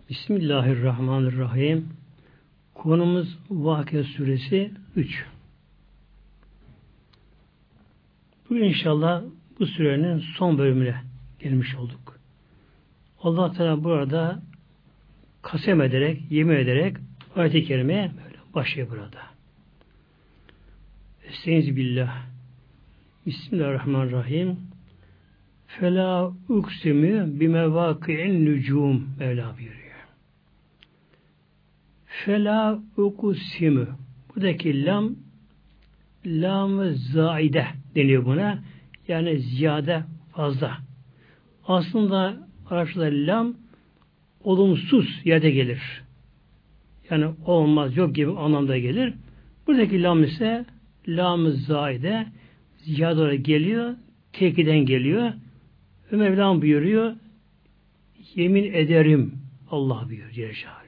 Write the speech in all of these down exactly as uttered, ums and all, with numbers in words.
Bismillahirrahmanirrahim. Konumuz Vakıa Suresi üç. Bu inşallah bu surenin son bölümüne gelmiş olduk. Allah Teala burada kasem ederek, yemin ederek ayet-i kerimeye böyle başlıyor burada. Estaizu billah. Bismillahirrahmanirrahim. Fela uksimü bimevaki'in nücum Mevla buyuruyor. Fela ukusimü. Buradaki lam lam-ı zaide deniyor buna. Yani ziyade fazla. Aslında Arapçada lam olumsuz yerde gelir. Yani olmaz, yok gibi anlamda gelir. Buradaki lam ise lam-ı zaide ziyade olarak geliyor. Tekiden geliyor. Ve Mevlam buyuruyor, yemin ederim Allah buyuruyor Celle Şanlı.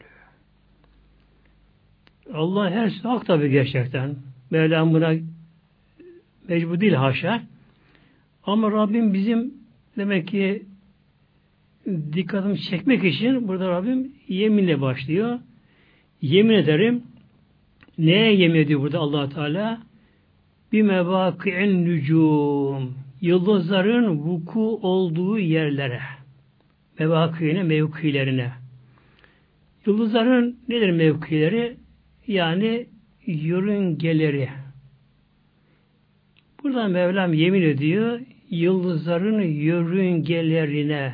Allah her şey hak tabi gerçekten. Mevlam buna mecbur değil haşa. Ama Rabbim bizim demek ki dikkatimi çekmek için burada Rabbim yeminle başlıyor. Yemin ederim. Neye yemin ediyor burada Allah Teala? Bir mevaki'in nücum. Yıldızların vuku olduğu yerlere. Mevaki'ine, mevkilerine. Yıldızların nedir mevkileri? Yani yörüngeleri. Burada Mevlam yemin ediyor, yıldızların yörüngelerine.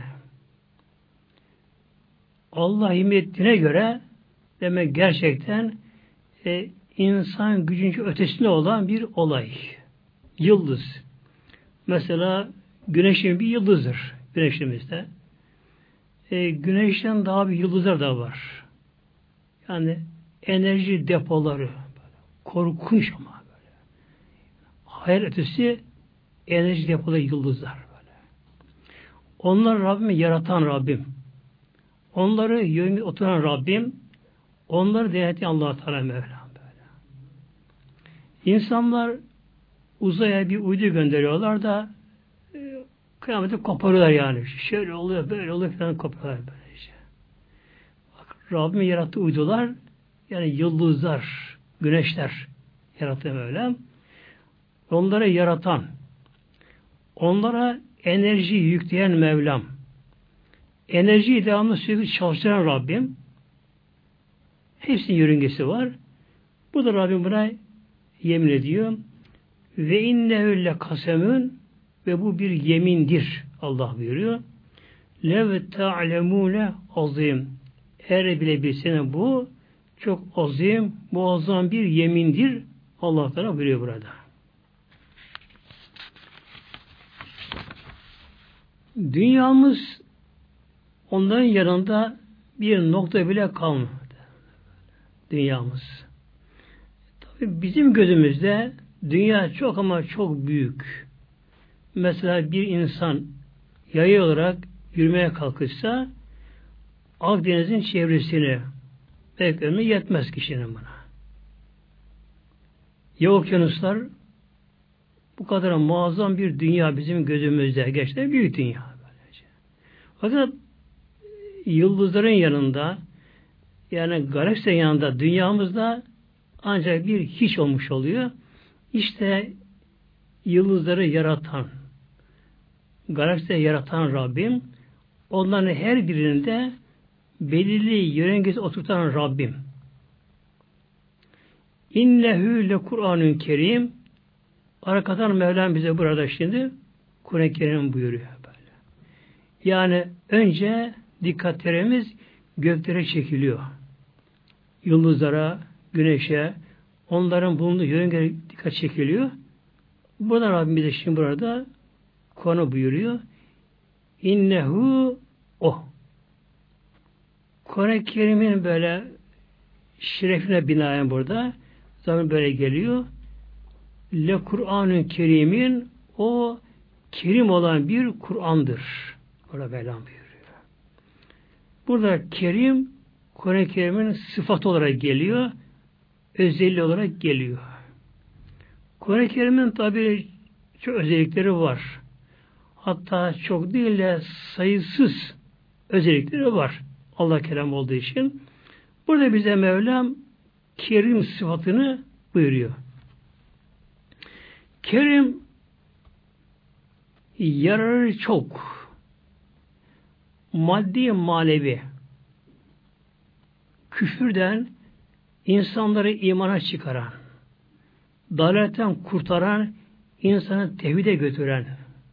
Allah himmetine göre demek gerçekten e, insan gücünün ötesinde olan bir olay. Yıldız. Mesela güneşin bir yıldızdır. Güneşimizde. E, güneşten daha bir yıldızlar da var. Yani enerji depoları. Böyle, korkunç ama böyle. Hayal ötesi enerji depoları yıldızlar böyle. Onlar Rabbimi yaratan Rabbim. Onları yönü oturan Rabbim. Onları denetten Allah-u Teala Mevlam böyle. İnsanlar uzaya bir uydu gönderiyorlar da e, kıyameti koparıyorlar yani. Şöyle oluyor, böyle oluyor falan koparıyorlar böylece. Bak, Rabbimin yarattığı uydular yani yıldızlar, güneşler yarattı Mevlam. Onları yaratan, onlara enerji yükleyen Mevlam, enerjiyi devamlı sürekli çalıştıran Rabbim, hepsinin yörüngesi var. Bu da Rabbim buna yemin ediyor. Ve innehu le kasemün ve bu bir yemindir Allah buyuruyor. Lev ta'lemune azim. Eğer bile bilsene bu çok azim, muazzam bir yemindir. Allah Teala buyuruyor burada. Dünyamız onların yanında bir nokta bile kalmadı. Dünyamız. Tabii bizim gözümüzde dünya çok ama çok büyük. Mesela bir insan yaya olarak yürümeye kalkışsa Akdeniz'in çevresini belki ömrü yetmez kişinin buna. Ya okyanuslar bu kadar muazzam bir dünya bizim gözümüzde. Gerçekten büyük dünya. Böylece. Fakat yıldızların yanında yani galaksinin yanında dünyamızda ancak bir hiç olmuş oluyor. İşte yıldızları yaratan, galaksiyi yaratan Rabbim, onların her birinde belirli yörüngesi oturtan Rabbim. İnnehu le Kur'anun Kerim. Arkadan Mevlam bize burada şimdi Kur'an-ı Kerim buyuruyor böyle. Yani önce dikkatlerimiz göklere çekiliyor. Yıldızlara, güneşe, onların bulunduğu yörüngeye dikkat çekiliyor. Burada Rabbim bize şimdi burada konu buyuruyor. İnnehu o. Kur'an-ı Kerim'in böyle şerefine binaen burada zaman böyle geliyor. Le Kur'an-ı Kerim'in o kerim olan bir Kur'an'dır. Orada Mevlam buyuruyor. Burada kerim Kur'an-ı Kerim'in sıfatı olarak geliyor. Özelliği olarak geliyor. Kur'an-ı Kerim'in tabi çok özellikleri var. Hatta çok değil de sayısız özellikleri var. Allah kelam olduğu için. Burada bize Mevlam Kerim sıfatını buyuruyor. Kerim yararı çok. Maddi manevi. Küfürden insanları imana çıkaran, dalaletten kurtaran, insanı tevhide götüren,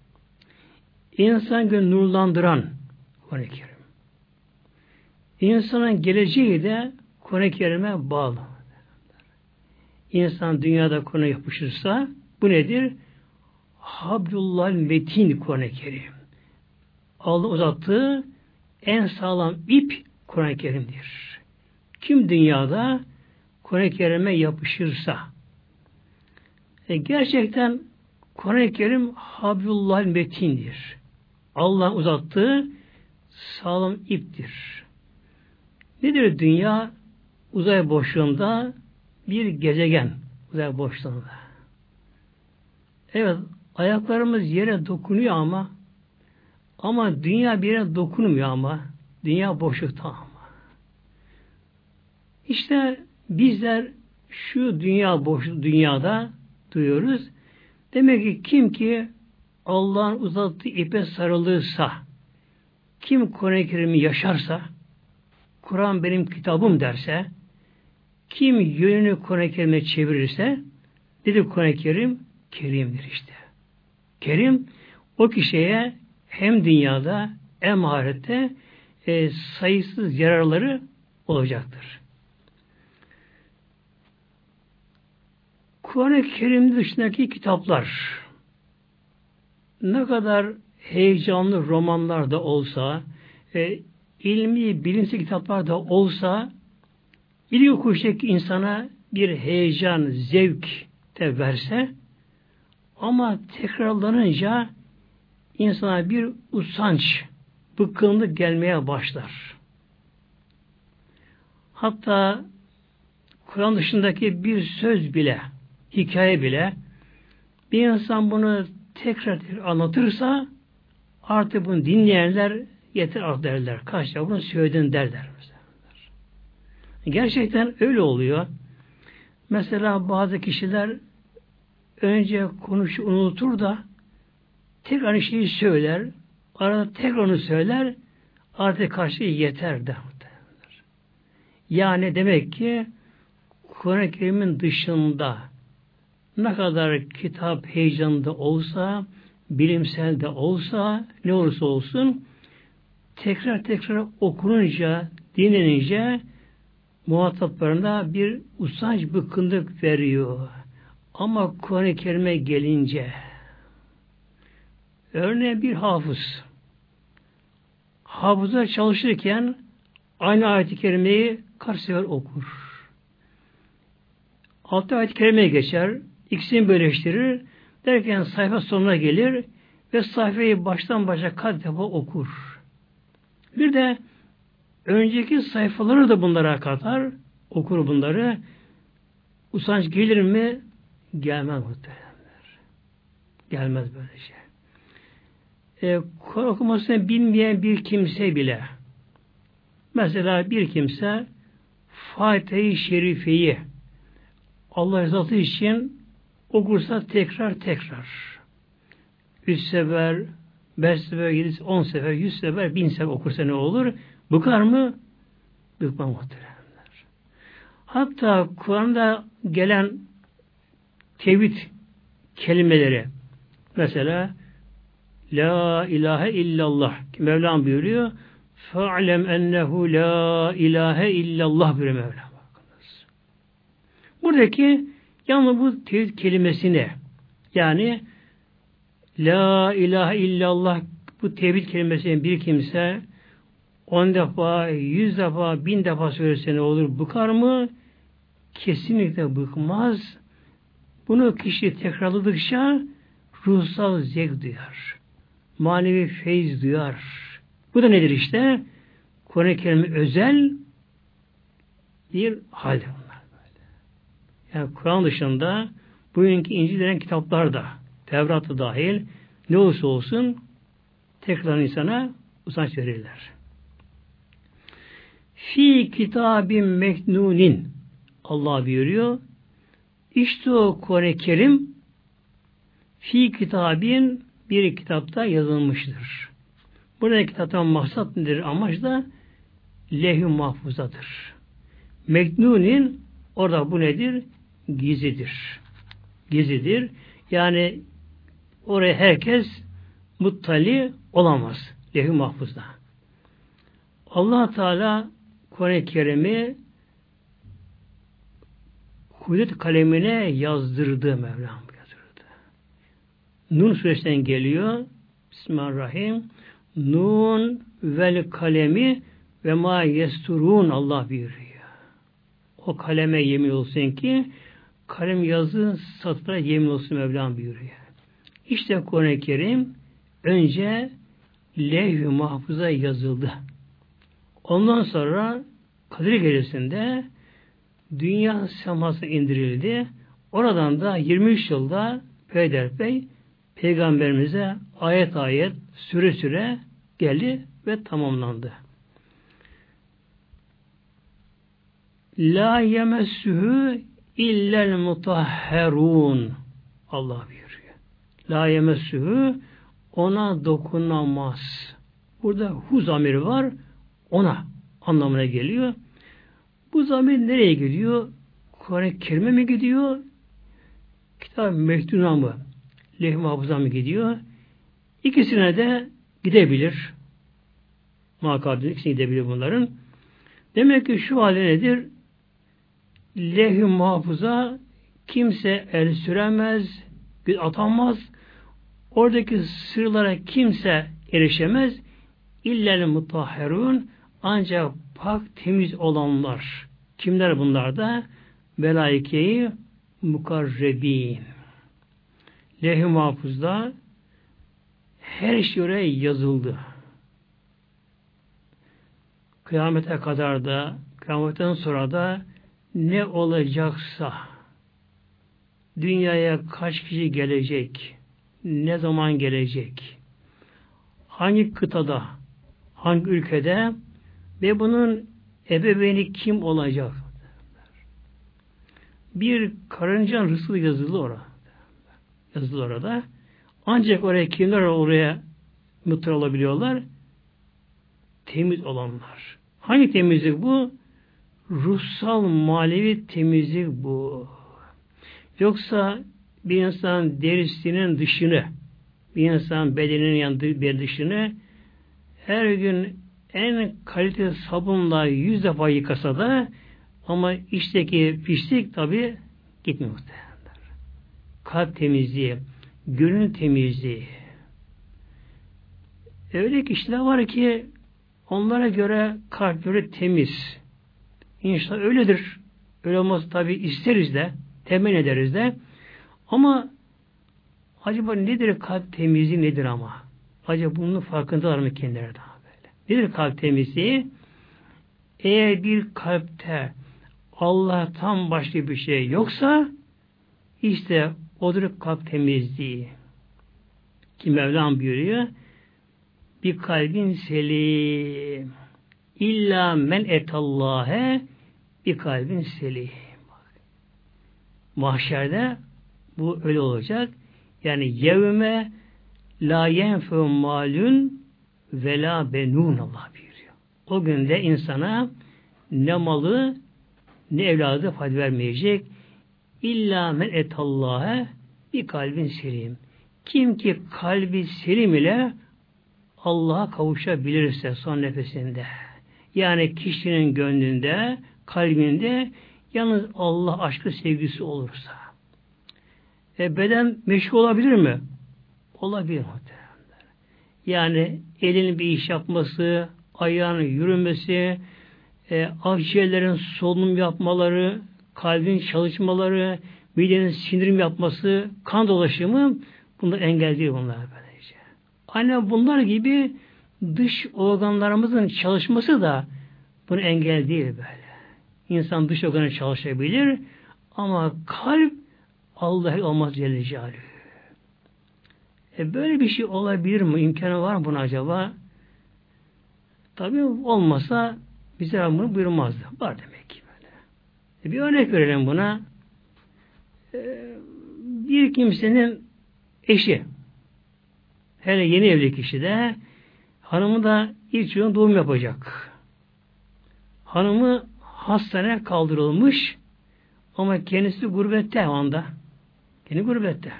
insanı nurlandıran Kur'an-ı Kerim. İnsanın geleceği de Kur'an-ı Kerim'e bağlı. İnsan dünyada Kur'an'a yapışırsa bu nedir? Hablullah metin Kur'an-ı Kerim. Allah uzattığı en sağlam ip Kur'an-ı Kerim'dir. Kim dünyada Kur'an-ı Kerim'e yapışırsa e gerçekten Kur'an-ı Kerim Hablullah metindir. Allah uzattığı sağlam iptir. Nedir dünya? Uzay boşluğunda bir gezegen. Uzay boşluğunda. Evet, ayaklarımız yere dokunuyor ama ama dünya bir yere dokunmuyor ama dünya boşlukta ama. İşte bizler şu dünya boşluk dünyada duyuyoruz. Demek ki kim ki Allah'ın uzattığı ipe sarılırsa, kim Kur'an-ı Kerim'i yaşarsa, Kur'an benim kitabım derse, kim yönünü Kur'an-ı Kerim'e çevirirse, dedi Kur'an-ı Kerim, Kerim'dir işte. Kerim, o kişiye hem dünyada hem ahirette e, sayısız yararları olacaktır. Kur'an-ı Kerim dışındaki kitaplar ne kadar heyecanlı romanlar da olsa, e, ilmi, bilimsel kitaplar da olsa, ilgi okuyacak insana bir heyecan, zevk de verse, ama tekrarlanınca insana bir usanç, bıkkınlık gelmeye başlar. Hatta Kur'an dışındaki bir söz bile, hikaye bile, bir insan bunu tekrar tekrar anlatırsa artık bunu dinleyenler yeter artık derler. Kaç defa bunu söyledin derler. Gerçekten öyle oluyor. Mesela bazı kişiler önce konuşu unutur da tekrar aynı şeyi söyler, arada tekrar onu söyler, artık karşı yeter der. Yani demek ki Kur'an-ı Kerim'in dışında ne kadar kitap heyecanında olsa, bilimsel de olsa, ne olursa olsun, tekrar tekrar okununca, dinlenince muhataplarına bir usanç, bıkkınlık veriyor. Ama Kur'an-ı Kerim'e gelince, örneğin bir hafız, hafıza çalışırken aynı ayet-i kerimeyi kaç sefer okur. Altı ayet-i kerimeye geçer, ikisini birleştirir, derken sayfa sonuna gelir ve sayfayı baştan başa kaç defa okur. Bir de önceki sayfaları da bunlara katar, okur bunları. Usanç gelir mi? Gelmez muhtemelenler. Gelmez böyle şey. Ee, Kur'an okumasını bilmeyen bir kimse bile, mesela bir kimse Fatiha-i Şerife'yi Allah rızası için okursa tekrar tekrar üç sefer, beş sefer, yedi, on sefer, yüz sefer, bin sefer okursa ne olur? Bıkar mı? Bıkmaz muhtemelenler. Hatta Kur'an'da gelen tevhid kelimeleri, mesela La ilahe illallah, Mevlam buyuruyor, fe'lem ennehu la ilahe illallah buyuruyor Mevlam. Buradaki yalnız bu tevhid kelimesini, yani La ilahe illallah, bu tevhid kelimesini bir kimse on defa, yüz defa, bin defa söylese ne olur? Bıkar mı? Kesinlikle bıkmaz. Bunu kişi tekrarladıkça ruhsal zevk duyar. Manevi feyiz duyar. Bu da nedir işte? Kur'an-ı Kerim'e özel bir hal. Yani Kur'an dışında bugünkü İncil denen kitaplarda, Tevrat'ı dahil, ne olursa olsun tekrar insana usanç verirler. Fi kitabin meknunin Allah buyuruyor. İşte o Kur'an-ı Kerim fi kitabin bir kitapta yazılmıştır. Burada kitaptan maksat nedir? Amaç da levh-i mahfuzadır. Meknunin orada bu nedir? Gizlidir. Gizlidir. Yani oraya herkes muttali olamaz. Levh-i mahfuzda. Allah Teala Kur'an-ı Kerim'i kudret kalemine yazdırdı Mevlam. Yazdırdı. Nun suresinden geliyor. Bismillahirrahmanirrahim. Nun vel kalemi ve ma yesturun Allah buyuruyor. O kaleme yemin olsun ki kalem yazı satırlara yemin olsun Mevlam buyuruyor. İşte Kur'an-ı Kerim önce levh-i mahfuza yazıldı. Ondan sonra Kadir Gecesi'nde dünya semasına indirildi. Oradan da yirmi üç yılda peyderpey Peygamberimize ayet ayet süre süre geldi ve tamamlandı. La yemessühü illel mutahherun Allah buyuruyor. La yemessühü ona dokunamaz. Burada hu zamiri var. Ona anlamına geliyor. Bu zamir nereye gidiyor? Kur'an-ı Kerim'e mi gidiyor? Kitap-ı mektuna mı? Levh-i mahfuza mı gidiyor? İkisine de gidebilir. Muhakkak ikisine gidebilir bunların. Demek ki şu hali nedir? Levh-i mahfuza kimse el süremez, atamaz. Oradaki sırlara kimse erişemez. İllel mutahherun ancak pak temiz olanlar. Kimler bunlar da? Melaike-i mukarrebin. Levh-i mahfuzda her şey oraya yazıldı. Kıyamete kadar da, kıyametten sonra da ne olacaksa, dünyaya kaç kişi gelecek, ne zaman gelecek, hangi kıtada, hangi ülkede ve bunun ebeveyni kim olacak? Bir karıncanın rızkı yazılı orada. Yazılı orada. Ancak oraya kimler oraya mutlu olabiliyorlar? Temiz olanlar. Hangi temizlik bu? Ruhsal, manevi temizlik bu. Yoksa bir insan derisinin dışını, bir insan bedeninin yanında bir dışını her gün en kaliteli sabunla yüz defa yıkasa da ama içteki pislik tabi gitmiyor muhtemelen. Kalp temizliği, gönül temizliği. Öyle kişiler var ki onlara göre kalpleri temiz. İnşallah öyledir. Öyle olmaz tabi isteriz de, temenni ederiz de. Ama acaba nedir kalp temizliği nedir ama? Acaba bunun farkındalar mı kendileri daha böyle? Nedir kalp temizliği? Eğer bir kalpte Allah'tan başka bir şey yoksa işte odur kalp temizliği. Ki Mevlam buyuruyor bir kalbin selim illa men etallâhe bir kalbin selim. Mahşerde bu öyle olacak. Yani yevme la yenfe'u malun ve la benun Allah buyuruyor. O günde insana ne malı ne evladı fayda vermeyecek. İlla men etallâhe bir kalbin selim. Kim ki kalbi selim ile Allah'a kavuşabilirse son nefesinde. Yani kişinin gönlünde, kalbinde yalnız Allah aşkı sevgisi olursa. E beden meşgul olabilir mi? Olabilir. Yani elinin bir iş yapması, ayağının yürümesi, e, akciğerlerin solunum yapmaları, kalbin çalışmaları, midenin sindirim yapması, kan dolaşımı bunlar engel değil bunlar böylece. Aynen bunlar gibi dış organlarımızın çalışması da bunu engel değil böyle. İnsan dış organı çalışabilir ama kalp Allah olmaz Celle Celaluhu. E böyle bir şey olabilir mi? İmkanı var mı buna acaba? Tabii olmasa bize bunu buyurmazdı. Var demek ki böyle. E bir örnek verelim buna. E, bir kimsenin eşi, hele yeni evli kişi de hanımı da ilk çocuğun doğum yapacak. Hanımı hastaneye kaldırılmış ama kendisi gurbette o anda. Kendi gurbette.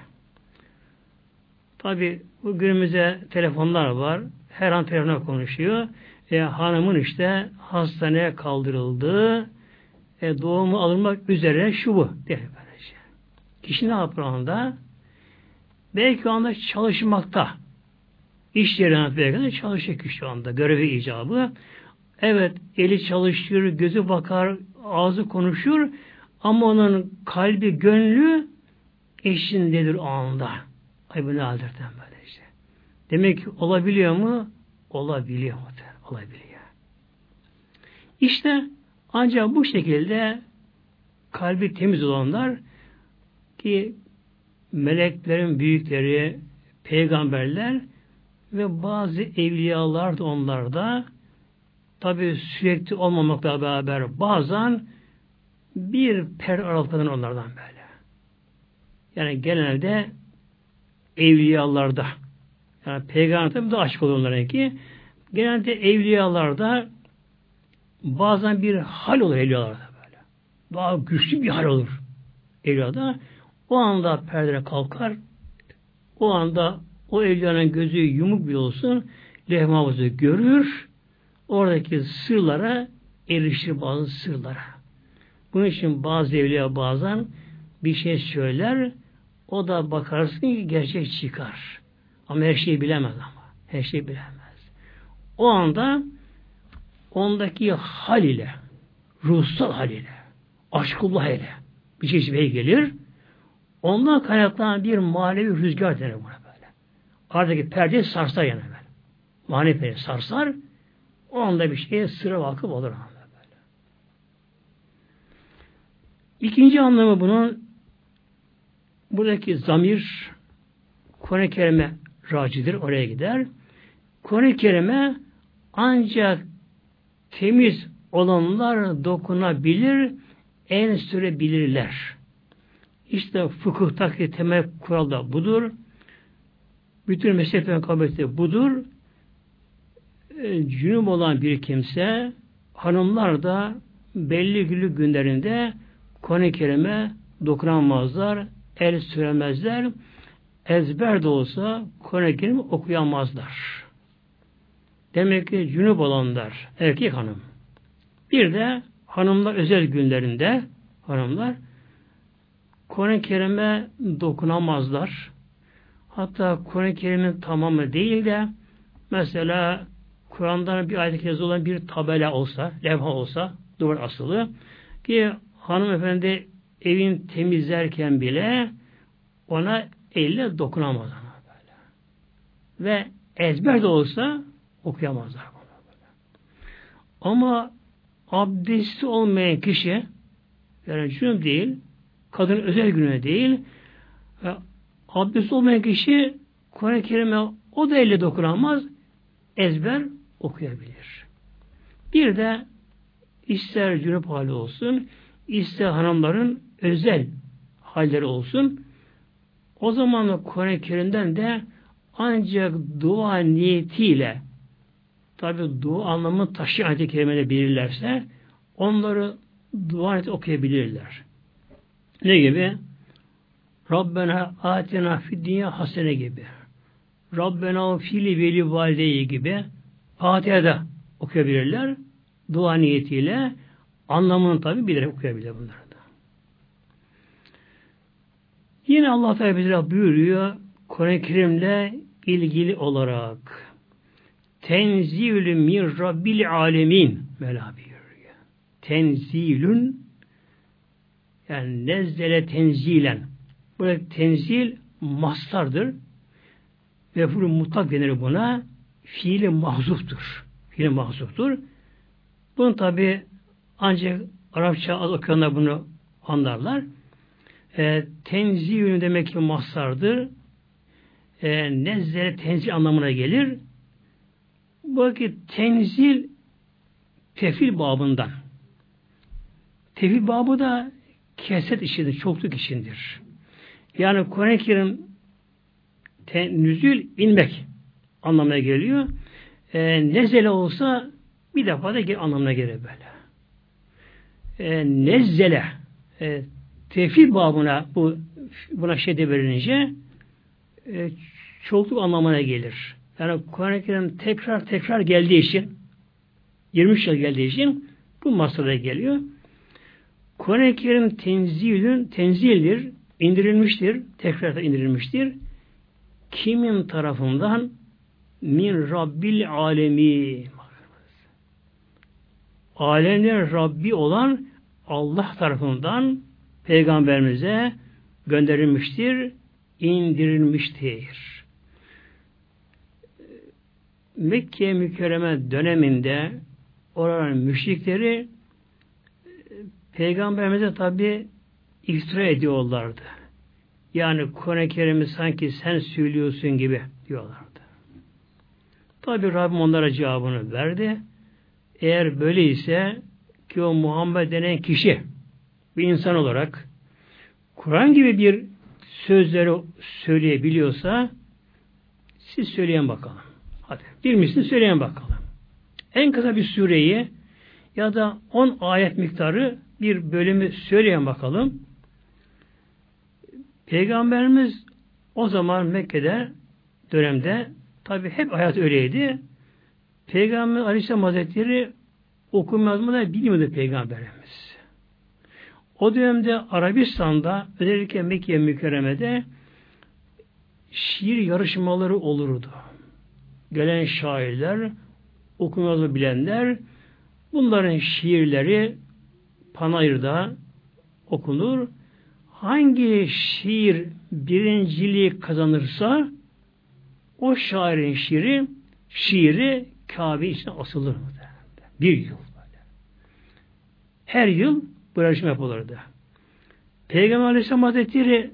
Tabi bu günümüzde telefonlar var. Her an telefonla konuşuyor. E, hanımın işte hastaneye kaldırıldığı e, doğumu alınmak üzere şu bu. Diye böylece. Kişi ne yapıyor anda? Belki o anda çalışmakta. İş yerine belki çalışıyor kişi şu anda. Görevi icabı. Evet, eli çalışır, gözü bakar, ağzı konuşur ama onun kalbi, gönlü eşindedir o anda. Ay bu ne halderden böyle işte. Demek ki olabiliyor mu? Olabiliyor mu? Olabiliyor. İşte ancak bu şekilde kalbi temiz olanlar ki meleklerin büyükleri, peygamberler ve bazı evliyalar da onlarda tabi sürekli olmamakla beraber bazen bir per aralıklardan onlardan böyle. Yani genelde evliyalarda yani peygamber tabi de aşık olur onlara ki genelde evliyalarda bazen bir hal olur evliyalarda böyle. Daha güçlü bir hal olur evliyada. O anda perdere kalkar. O anda o evliyanın gözü yumuk bile olsun levh-i mahfuzu görür. Oradaki sırlara erişir bazı sırlara. Bunun için bazı evliya bazen bir şey söyler o da bakarsın ki gerçek çıkar. Ama her şeyi bilemez ama. Her şeyi bilemez. O anda ondaki hal ile ruhsal hal ile aşkullah ile bir şey gelir. Ondan kaynaklanan bir manevi rüzgar denir buna böyle. Aradaki perdeyi sarsar yani böyle. Manevi perdeyi sarsar. O anda bir şeye sıra vakıf olur. Böyle. İkinci anlamı bunun buradaki zamir Kur'an-ı Kerim'e racidir. Oraya gider. Kur'an-ı Kerim'e ancak temiz olanlar dokunabilir, en sürebilirler. İşte fıkıhtaki temel kural da budur. Bütün mezheplerin kabulü budur. E, cünüp olan bir kimse hanımlar da belli günlük günlerinde Kur'an-ı Kerim'e dokunamazlar, el süremezler. Ezber de olsa Kur'an-ı Kerim okuyamazlar. Demek ki cünüp olanlar erkek hanım. Bir de hanımlar özel günlerinde hanımlar Kur'an-ı Kerim'e dokunamazlar. Hatta Kur'an-ı Kerim'in tamamı değil de mesela Kur'an'dan bir ayet yazılı olan bir tabela olsa, levha olsa, duvar asılı ki hanımefendi evin temizlerken bile ona elle dokunamaz. Böyle. Ve ezber de olsa okuyamazlar. Böyle. Ama abdesti olmayan kişi yani cünüp değil, kadın özel günü değil, abdest olmayan kişi Kur'an-ı Kerim'e o da elle dokunamaz, ezber okuyabilir. Bir de ister cünüp hali olsun, ister hanımların özel halleri olsun, o zaman Kur'an-ı Kerim'den de ancak dua niyetiyle tabi dua anlamını taşıyan ayet-i kerimeleri bilirlerse onları dua niyeti okuyabilirler. Ne gibi? Rabbena atina fid dünya hasene gibi. Rabbena fili veli valideyi gibi Fatiha'da okuyabilirler. Dua niyetiyle anlamını tabi bilerek okuyabilirler bunları da. Yine Allah Teala bize buyuruyor Kur'an-ı Kerim'le ilgili olarak Tenzilün min Rabbil alemin Mevla buyuruyor. Tenzilün yani nezzele tenzilen. Burada tenzil mastardır. Mef'ul mutlak denir buna. Fiili mahzuftur. Fiili mahzuftur. Bunu tabi ancak Arapça az okuyanlar bunu anlarlar. E, tenzilün demek ki mastardır. E, nezzele tenzil anlamına gelir. Bu ki tenzil tefil babından. Tefil babı da keset işidir, çokluk işindir. Yani Kur'an-ı Kerim nüzül inmek anlamına geliyor. E, nezele olsa bir defa da anlamına gelir böyle. E, nezzele e, tefil babına bu buna şedde verilince e, çokluk anlamına gelir. Yani Kur'an-ı Kerim tekrar tekrar geldiği için yirmi üç yıl geldiği için bu masada geliyor. Kur'an-ı Kerim tenzilün tenzildir, indirilmiştir, tekrar da indirilmiştir. Kimin tarafından? Min Rabbil alemi. Alemlerin Rabbi olan Allah tarafından Peygamberimize gönderilmiştir, indirilmiştir. Mekke mükerreme döneminde oranın müşrikleri Peygamberimize tabi iftira ediyorlardı. Yani Kur'an-ı Kerim'i sanki sen söylüyorsun gibi diyorlardı. Tabi Rabbim onlara cevabını verdi. Eğer böyleyse ki o Muhammed denen kişi bir insan olarak Kur'an gibi bir sözleri söyleyebiliyorsa siz söyleyin bakalım. Hadi bir misli söyleyin bakalım. En kısa bir sureyi ya da on ayet miktarı bir bölümü söyleyin bakalım. Peygamberimiz o zaman Mekke'de dönemde tabi hep hayat öyleydi. Peygamber Aleyhisselam Hazretleri okuma yazma da bilmiyordu Peygamberimiz. O dönemde Arabistan'da özellikle Mekke mükerremede şiir yarışmaları olurdu. Gelen şairler, okuma yazma bilenler bunların şiirleri Panayır'da okunur. Hangi şiir birinciliği kazanırsa o şairin şiiri şiiri Kabe içine asılır. Bir yıl böyle. Her yıl bu yarışma yapılırdı. Peygamber Aleyhisselam Hazretleri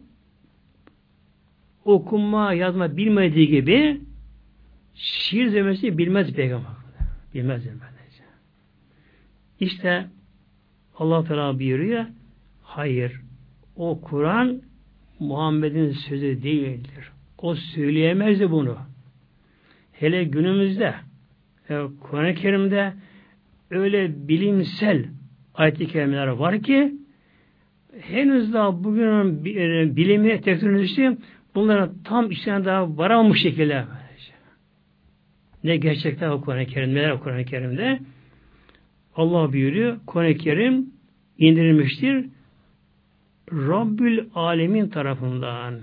okuma, yazma bilmediği gibi şiir zemesini bilmez Peygamber. Bilmez böylece. İşte Allah Teala buyuruyor, hayır, o Kur'an Muhammed'in sözü değildir. O söyleyemezdi bunu. Hele günümüzde Kur'an-ı Kerim'de öyle bilimsel ayet-i kerimeler var ki henüz daha bugünün bilimi, teknolojisi bunlara tam içine daha varamamış şekilde. Ne gerçekten o Kur'an-ı Kerim, neler Kur'an-ı Kerim'de? Allah buyuruyor, Kur'an-ı Kerim indirilmiştir Rabbül Alemin tarafından.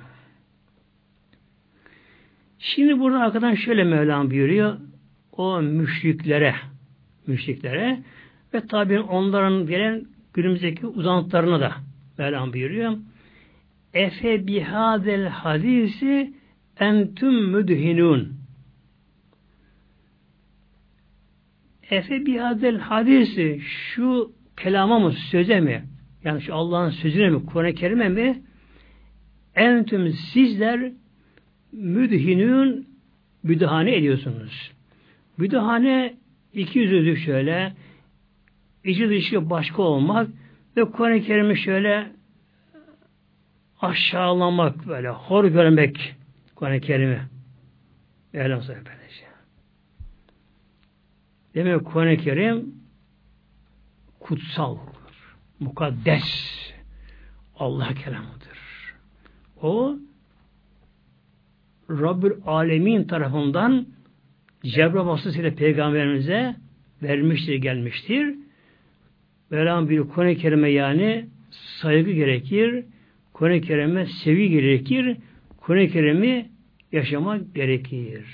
Şimdi burada arkadan şöyle Mevlam buyuruyor, o müşriklere, müşriklere ve tabi onların gelen günümüzdeki uzantılarına da Mevlam buyuruyor. Efe bihadel hadisi entüm müdhinun. Efe bihadel hadisi şu kelama mı, söze mi? Yani şu Allah'ın sözüne mi, Kur'an-ı Kerim'e mi? Entüm sizler müdhinun müdahane ediyorsunuz. Müdahane iki yüzlülük şöyle içi dışı başka olmak ve Kur'an-ı Kerim'i şöyle aşağılamak böyle hor görmek Kur'an-ı Kerim'i. Öyle söyleyeyim böylece. Demek Kur'an-ı Kerim kutsal, mukaddes Allah kelamıdır. O Rabbül Alemin tarafından Cebrail vasıtasıyla Peygamberimize vermiştir, gelmiştir. Mevlam bir Kur'an-ı Kerim'e yani saygı gerekir, Kur'an-ı Kerim'e sevgi gerekir, Kur'an-ı Kerim'i yaşamak gerekir.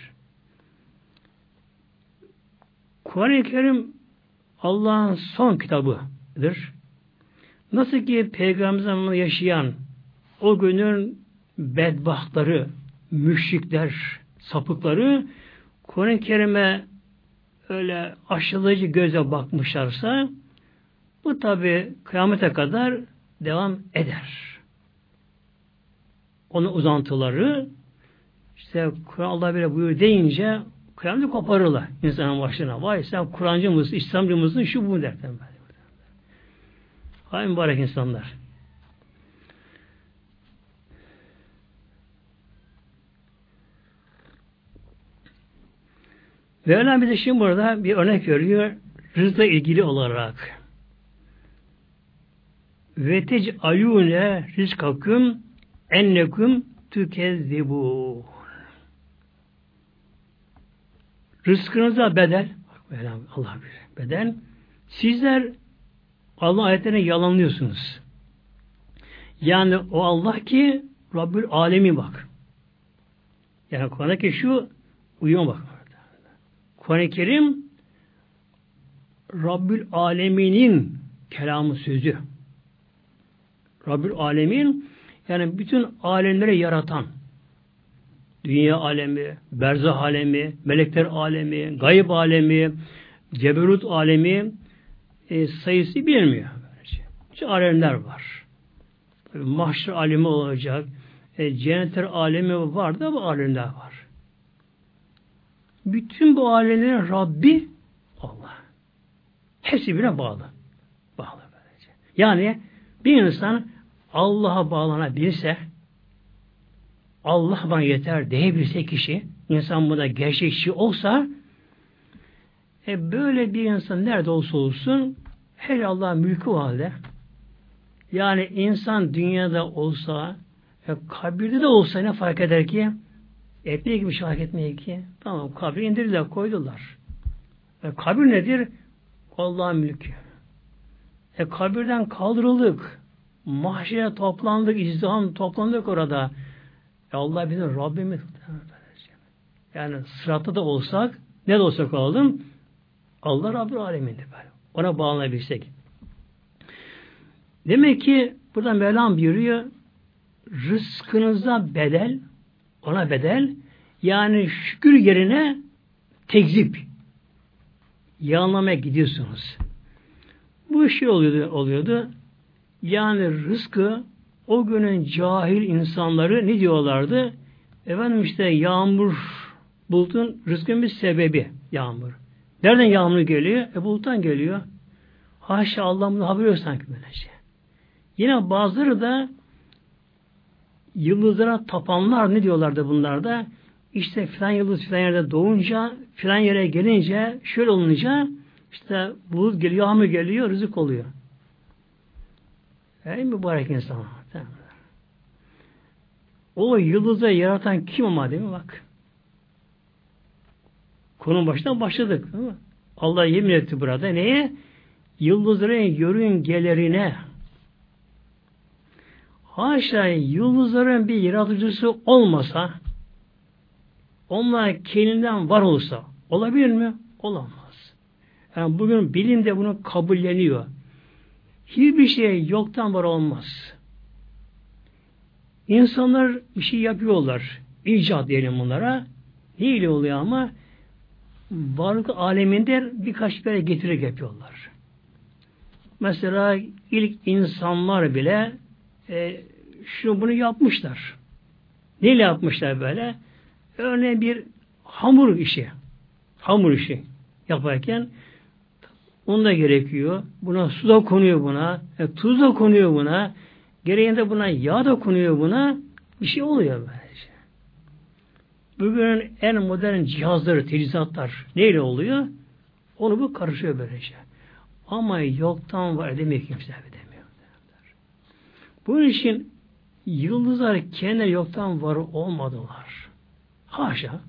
Kur'an-ı Kerim Allah'ın son kitabıdır. Nasıl ki Peygamber zamanında yaşayan o günün bedbahtları, müşrikler, sapıkları Kur'an-ı Kerim'e öyle aşılayıcı göze bakmışlarsa bu tabi kıyamete kadar devam eder. Onun uzantıları işte Kur'an Allah böyle buyur deyince Kıyameti koparırlar insanın başına. Vay sen Kur'ancı mısın, İslamcı mısın, şu bu derken böyle. Hay mübarek insanlar. Mevlam bize şimdi burada bir örnek veriyor rızla ilgili olarak. Ve tec'alûne rizkakum ennekum tükezzibûn. Rızkınıza bedel, Allah bilir, bedel. Sizler Allah ayetlerini yalanlıyorsunuz. Yani o Allah ki Rabbül Alemi bak. Yani Kur'an'daki şu uyuma bak. Kur'an-ı Kerim Rabbül Alemin'in kelamı sözü. Rabbül Alemin yani bütün alemleri yaratan dünya alemi, berzah alemi, melekler alemi, gayb alemi, ceberut alemi e, sayısı bilinmiyor. İşte alemler var. Tabii mahşer alemi olacak. E, cennetler alemi var da bu alemler var. Bütün bu alemlerin Rabbi Allah. Hepsi birbirine bağlı. Bağlı böylece. Yani bir insan Allah'a bağlanabilirse, Allah bana yeter diyebilirse kişi, insan buna gerçekçi olsa, e böyle bir insan nerede olsa olsun, her Allah'ın mülkü o halde. Yani insan dünyada olsa, e, kabirde de olsa ne fark eder ki? Etmeye gibi fark etmeye ki. Tamam, kabri indirdiler, koydular. E, kabir nedir? Allah'ın mülkü. E, kabirden kaldırıldık. Mahşere toplandık, izdiham toplandık orada. E, Allah bizim Rabbimiz. Yani sıratta da olsak, ne de olsak olalım, Allah Rabbül Alemin'dir. Ona bağlanabilsek. Demek ki buradan Mevlam buyuruyor, rızkınıza bedel, ona bedel, yani şükür yerine tekzip, yalanlamaya gidiyorsunuz. Bu şey oluyordu, oluyordu. Yani rızkı o günün cahil insanları ne diyorlardı? Efendim işte yağmur, bulutun rızkın bir sebebi yağmur. Nereden yağmur geliyor? E buluttan geliyor. Haşa Allah bunu haberi yok sanki böylece. Yine bazıları da yıldızlara tapanlar ne diyorlardı bunlar da? İşte filan yıldız filan yerde doğunca, filan yere gelince, şöyle olunca işte bulut geliyor, yağmur geliyor, rızık oluyor. Ey mübarek insan. O yıldızı yaratan kim ama değil mi bak? Konunun başından başladık. Değil mi? Allah yemin etti burada. Neye? Yıldızların yörüngelerine. Haşa yıldızların bir yaratıcısı olmasa, onlar kendinden var olsa, olabilir mi? Olamaz. Yani bugün bilim de bunu kabulleniyor. Hiçbir şey yoktan var olmaz. İnsanlar bir şey yapıyorlar. İcat diyelim bunlara. Neyle oluyor ama? Varlık aleminde birkaç kere getirerek yapıyorlar. Mesela ilk insanlar bile e, şunu bunu yapmışlar. Neyle yapmışlar böyle? Örneğin bir hamur işi. Hamur işi yaparken un da gerekiyor. Buna su da konuyor buna. E, tuz da konuyor buna. Gereğinde buna yağ da konuyor buna. Bir şey oluyor böylece. Bugünün en modern cihazları, teçhizatlar neyle oluyor? Onu bu karışıyor böylece. Ama yoktan var edemiyor kimse edemiyor. Bunun için yıldızlar kendileri yoktan var olmadılar. Haşa.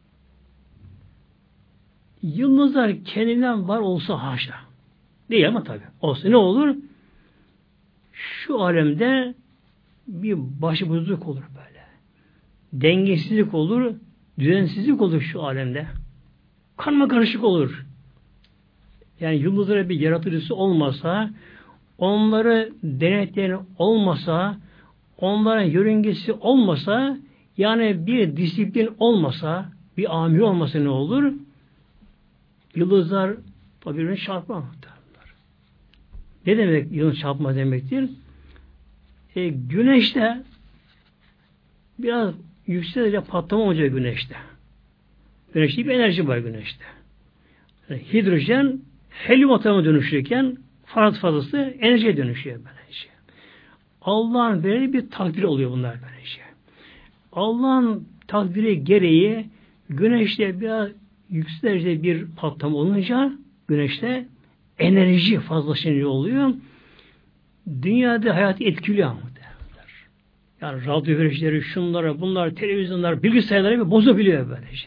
Yıldızlar kendinden var olsa haşa. Değil ama tabi. Olsa ne olur? Şu alemde bir başıboşluk olur böyle. Dengesizlik olur, düzensizlik olur şu alemde. Karma karışık olur. Yani yıldızlara bir yaratıcısı olmasa, onları denetleyen olmasa, onların yörüngesi olmasa, yani bir disiplin olmasa, bir amir olmasa ne olur? Yıldızlar tabi birbirine çarpmaz. Ne demek yıldız çarpma demektir? E, güneşte biraz yüksek derece patlama olacak güneşte. Güneşte bir enerji var güneşte. Yani hidrojen helyum atomuna dönüşürken fazla fazlası enerjiye dönüşüyor böylece. Allah'ın verdiği bir takdir oluyor bunlar böylece. Allah'ın takdiri gereği güneşte biraz yüksek derecede bir patlama olunca güneşte enerji fazlaşınca oluyor. Dünyada hayatı etkiliyor ama. Yani radyo güneşleri, şunlara, bunlar, televizyonlar, bilgisayarları bozabiliyor böylece.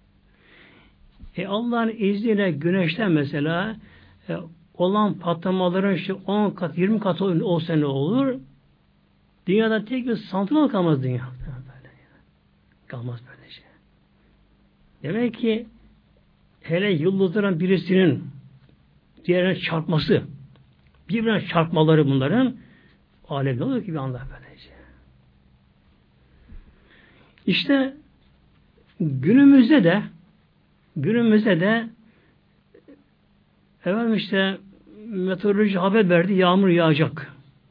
E Allah'ın izniyle güneşten mesela e, olan patlamaların işte on kat, yirmi kat olsa ne olur? Dünyada tek bir santral kalmaz dünyada. Böyle. Kalmaz böylece. Demek ki hele yıldızların birisinin diğerine çarpması, birbirine çarpmaları bunların alemde oluyor ki bir anda böylece. İşte günümüzde de günümüzde de efendim işte meteoroloji haber verdi, yağmur yağacak.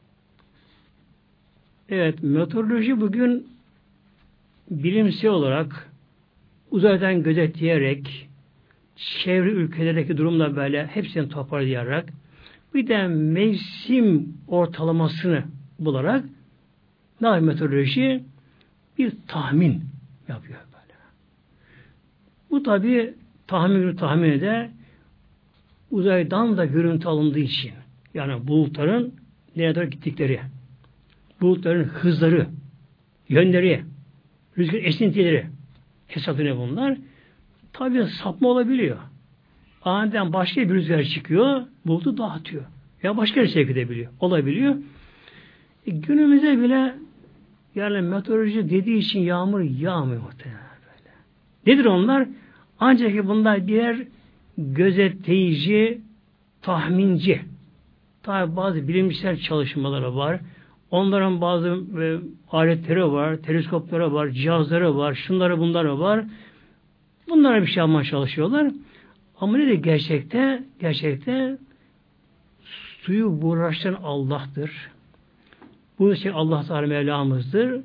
Evet, meteoroloji bugün bilimsel olarak uzaydan gözetleyerek çevre ülkelerdeki durumla böyle hepsini toparlayarak bir de mevsim ortalamasını bularak ne yapıyor meteoroloji? Bir tahmin yapıyor böyle. Bu tabi tahmin tahmini de uzaydan da görüntü alındığı için yani bulutların nereye doğru gittikleri, bulutların hızları, yönleri, rüzgar esintileri hesaplanıyor bunlar. Tabi sapma olabiliyor. Aniden başka bir rüzgar çıkıyor, bulutu dağıtıyor. Ya başka bir sevk edebiliyor. Olabiliyor. E, günümüzde bile yani meteoroloji dediği için yağmur yağmıyor muhtemelen böyle. Nedir onlar? Ancak bunlar birer gözetleyici, tahminci. Tabi bazı bilimsel çalışmaları var. Onların bazı e, aletleri var, teleskopları var, cihazları var, şunları bunları var. Bunlara bir şey yapmaya çalışıyorlar. Ama ne de gerçekte? Gerçekte suyu uğraştıran Allah'tır. Bu şey Allah Teala Mevlamızdır.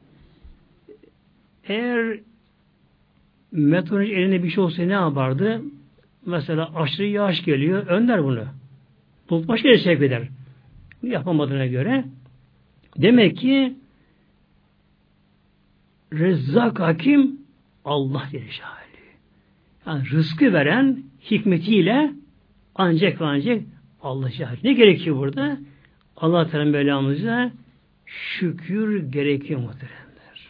Eğer meteoroloji elinde bir şey olsa ne yapardı? Mesela aşırı yağış geliyor, önler bunu. Bulut başka yere sevk eder. Yapamadığına göre. Demek ki Rezzak Hakim Allah diye şahidi. Yani rızkı veren hikmetiyle ancak ve ancak Allah şahidi. Ne gerekiyor burada? Allah Teala Mevlamıza şükür gerekiyor muhteremler.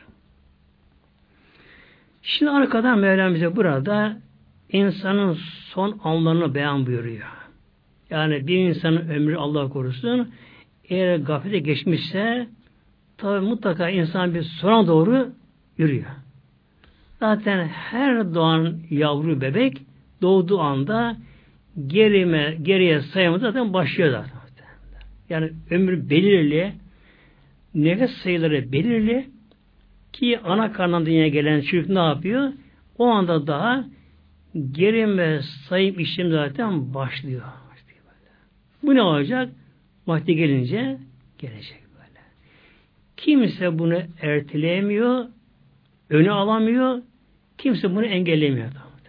Şimdi arkadan Mevlam bize burada insanın son anlarını beyan buyuruyor. Yani bir insanın ömrü Allah korusun eğer gaflete geçmişse tabi mutlaka insan bir sona doğru yürüyor. Zaten her doğan yavru bebek doğduğu anda gerime, geriye sayımı zaten başlıyor zaten. Yani ömrü belirli, nefes sayıları belirli ki ana karnından dünyaya gelen çocuk ne yapıyor? O anda daha gerime sayım işlemi zaten başlıyor. Bu ne olacak? Vakti gelince gelecek böyle. Kimse bunu erteleyemiyor, öne alamıyor, kimse bunu engellemiyor.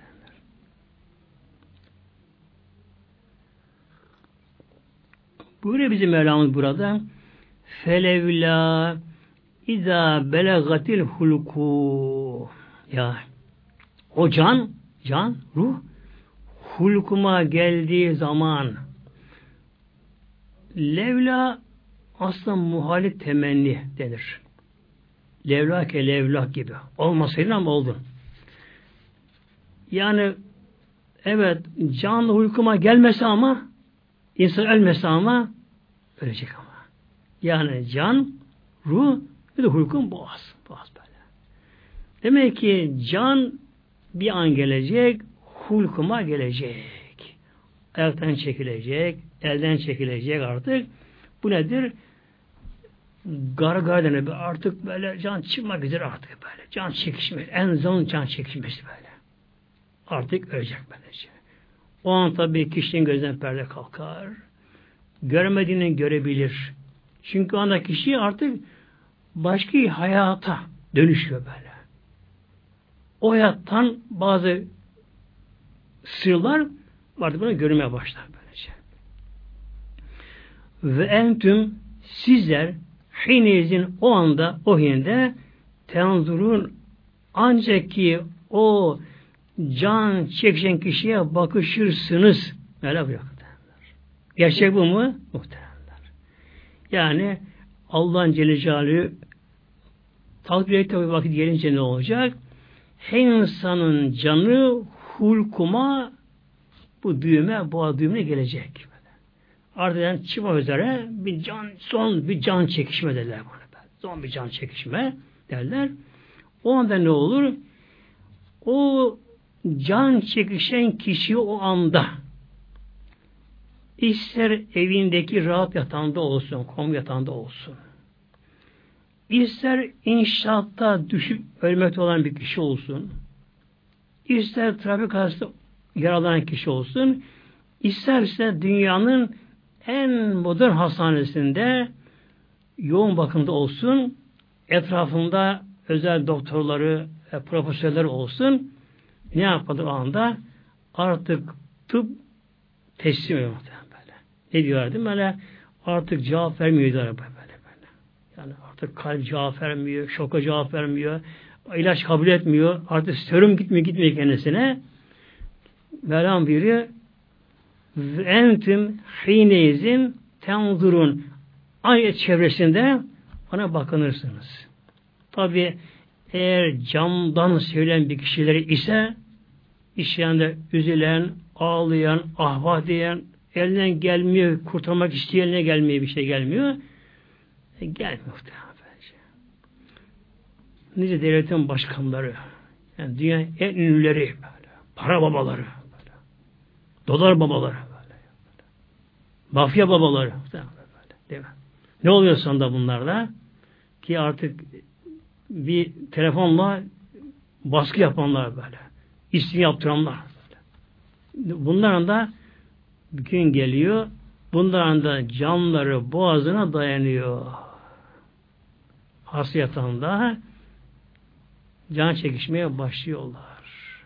Buyuruyor bizim Mevlamız burada. Felevla izâ belagatil hulku. Ya o can, can, ruh hulkuma geldiği zaman levla aslında muhalif temenni denir. Levla ke levla gibi. Olmasaydı ama oldun. Yani evet canlı uykuma gelmese ama insan ölmese ama ölecek ama. Yani can, ruh bir de uykun boğaz. Boğaz böyle. Demek ki can bir an gelecek, hulkuma gelecek. Ayaktan çekilecek, elden çekilecek artık. Bu nedir? Gargara denir. Artık böyle can çıkmak üzere artık böyle. Can çekişmesi. En son can çekişmesi böyle. Artık ölecek böylece. O an tabii kişinin gözünden perde kalkar. Görmediğini görebilir. Çünkü o anda kişi artık başka hayata dönüşüyor böyle. o hayattan bazı sırlar vardı, buna görmeye başlar böylece. Ve entüm sizler hinezin o anda o hinde tenzurun ancak ki o can çekişen kişiye bakışırsınız. Öyle buyuruyor. Gerçek bu mu? Muhteremler. Yani Allah'ın Celle Celaluhu takdir ettiği vakit gelince ne olacak? Her insanın canı hulkuma bu düğme, boğa düğümüne gelecek. Ardından çıkmak üzere bir can, son bir can çekişme derler buna. Son bir can çekişme derler. O anda ne olur? O can çekişen kişi o anda ister evindeki rahat yatağında olsun, kom yatağında olsun, ister inşaatta düşüp ölmekte olan bir kişi olsun, ister trafik kazasında yaralanan kişi olsun, isterse dünyanın en modern hastanesinde yoğun bakımda olsun, etrafında özel doktorları, profesörler olsun, ne yapmadığı anda artık tıp teslim ediyor. Böyle. Ne diyorlar değil mi? Böyle artık cevap vermiyor diyorlar böyle, böyle. Yani artık kalp cevap vermiyor, şoka cevap vermiyor, ilaç kabul etmiyor, artık serum gitmiyor, gitmiyor kendisine. Mevlam biri entüm hineyizin tenzurun ayet çevresinde ona bakınırsınız. Tabi eğer camdan söyleyen bir kişileri ise işlerinde üzülen, ağlayan, ahvah diyen, elinden gelmiyor, kurtarmak isteyen eline gelmiyor, bir şey gelmiyor. E, gelmiyor muhtemelen. Nice devletin başkanları, yani dünyanın en ünlüleri, böyle, para babaları, böyle, dolar babaları, böyle, böyle, mafya babaları, böyle, değil mi? Ne oluyor sonunda bunlarla? Ki artık bir telefonla baskı yapanlar böyle, isim yaptıranlar böyle. Bunların da bir gün geliyor, bunların da canları boğazına dayanıyor. Hasta yatağında can çekişmeye başlıyorlar.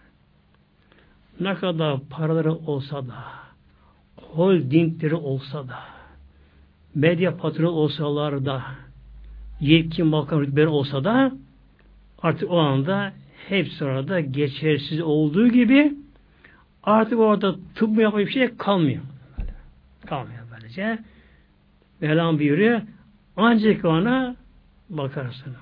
Ne kadar paraları olsa da, holdingleri olsa da, medya patronu olsalar da, yetkin makam rütbeleri olsa da, artık o anda hepsi orada geçersiz olduğu gibi artık orada tıp mı yapacak bir şey kalmıyor. Kalmıyor böylece. Mevlam buyuruyor, ancak ona bakarsınız.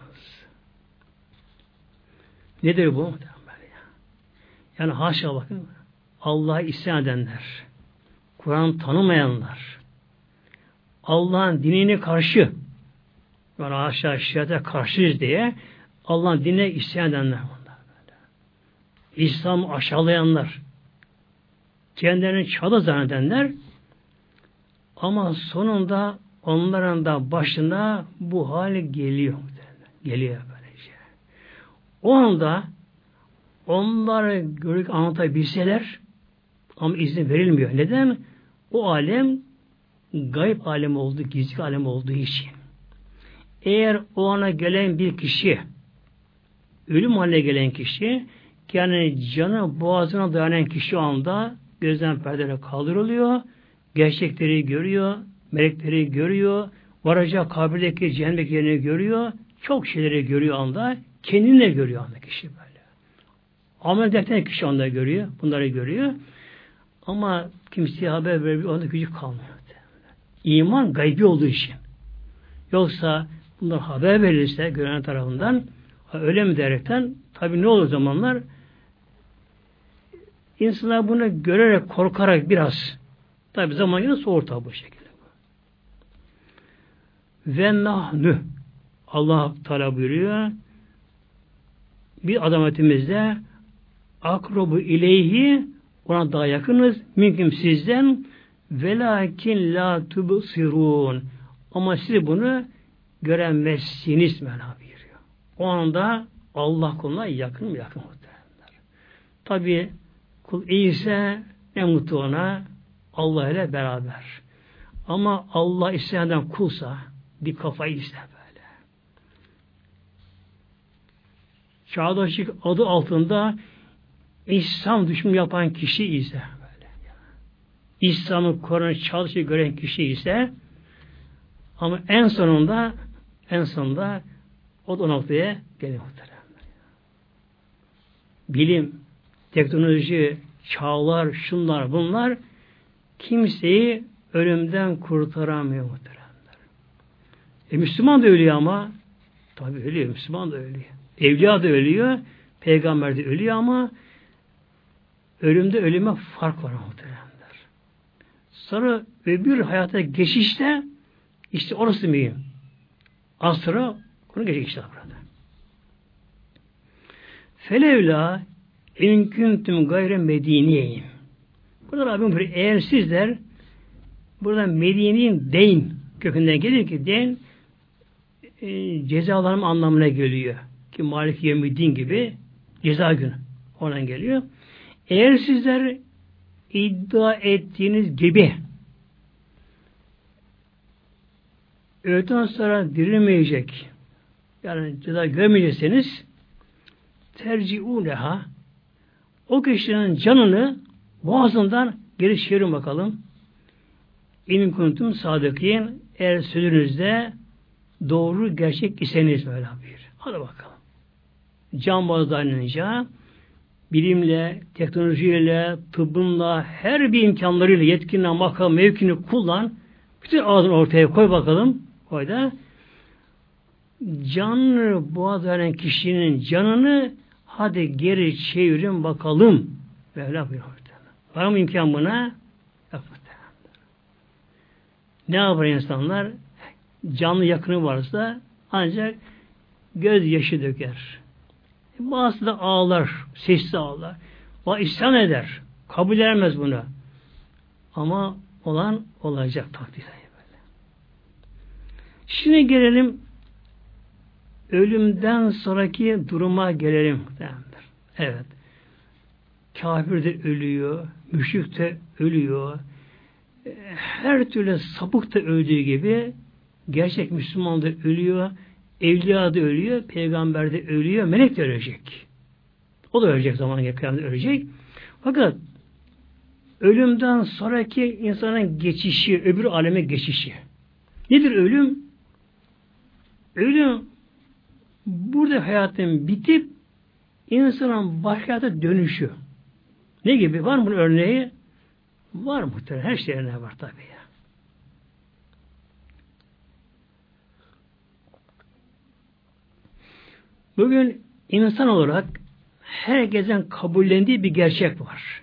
Nedir bu? Yani haşa bakın, Allah'a isyan edenler, Kur'an tanımayanlar, Allah'ın dinine karşı, yani haşa şiate karşıyız diye Allah'ın dinine isyan edenler bunlar böyle. İslam'ı aşağılayanlar, kendilerini çağda zannedenler, ama sonunda onların da başına bu hali geliyor. Geliyor böylece. O anda onları görüp anlatabilseler, ama izin verilmiyor. Neden? O alem gayb alemi olduğu, gizli alem olduğu için. Eğer o ana gelen bir kişi, ölüm haline gelen kişi, yani canı boğazına dayanan kişi o anda gözden perdeyle kaldırılıyor, gerçekleri görüyor, melekleri görüyor, varacağı kabirdeki cehennem yerini görüyor, çok şeyleri görüyor anda, kendini de görüyor anda kişi böyle. Amel defterini kişi anda görüyor, bunları görüyor. Ama kimseye haber veriyor, onda gücü kalmıyor. İman gaybi olduğu için. Yoksa bunlar haber verilirse gören tarafından, öyle mi derekten, tabii ne olur zamanlar, insanlar bunu görerek, korkarak biraz, tabii zaman yine soğur tabi bu şekilde. Ve nahnu, Allah Teala buyuruyor, bir adametimizde akrobu ileyhi, ona daha yakınız, mümkün sizden, velakin la tubsirun, ama siz bunu göremezsiniz Mevla buyuruyor. O anda Allah kuluna yakın mı yakın muhtemelenler. Tabi kul iyiyse ne mutlu ona, Allah ile beraber. Ama Allah isteyenden kulsa, bir kafayı ise böyle. çağdaşlık adı altında İslam düşmanı yapan kişi ise böyle, İslam'ı koruyan, çağdaşlığı gören kişi ise ama en sonunda en sonunda o da noktaya geliyor. Bilim, teknoloji, çağlar, şunlar, bunlar kimseyi ölümden kurtaramıyor muhteremler. E Müslüman da ölüyor ama tabi ölüyor, Müslüman da ölüyor. Evliya da ölüyor, peygamber de ölüyor ama ölümde ölüme fark var muhteremler. Sonra öbür hayata geçişte işte orası mühim. Az sonra onu geçecek işte burada. Felevla in kuntum gayre mediniyeyim. Burada Rabbim böyle eğer sizler buradan Medine'nin deyn kökünden gelir ki deyn e, cezalarım anlamına geliyor. Ki Malik Yevmiddin gibi ceza günü oradan geliyor. Eğer sizler iddia ettiğiniz gibi öğleden sonra dirilmeyecek yani ceza görmeyecekseniz terci'ûneha o kişinin canını boğazından geri çevirin bakalım. İn kuntum sadıkîn eğer sözünüzde doğru gerçek iseniz böyle bir. Hadi bakalım. Can boğazlanınca bilimle, teknolojiyle, tıbbınla, her bir imkanlarıyla yetkinle, makam, mevkini kullan. Bütün ağzını ortaya koy bakalım. Koy da canını boğazlanan kişinin canını hadi geri çevirin bakalım. Böyle buyuruyor. Var mı imkan buna? Yok. Ne yapar insanlar? Canlı yakını varsa ancak gözyaşı döker. Bazısı da ağlar, sessiz ağlar. Bazı isyan eder. Kabul edemez bunu. Ama olan olacak takdirde böyle. Şimdi gelelim ölümden sonraki duruma gelelim. Evet. Kafir de ölüyor, müşrik de ölüyor. Her türlü sapık da öldüğü gibi gerçek Müslüman da ölüyor, evliya da ölüyor, peygamber de ölüyor, melek de ölecek. O da ölecek zaman yakında ölecek. Fakat ölümden sonraki insanın geçişi, öbür aleme geçişi. Nedir ölüm? Ölüm burada hayatın bitip insanın başka hayata dönüşü. Ne gibi? Var mı bunun örneği? Var muhtemelen. Her şey örneği var tabii ya. Bugün insan olarak herkesin kabullendiği bir gerçek var.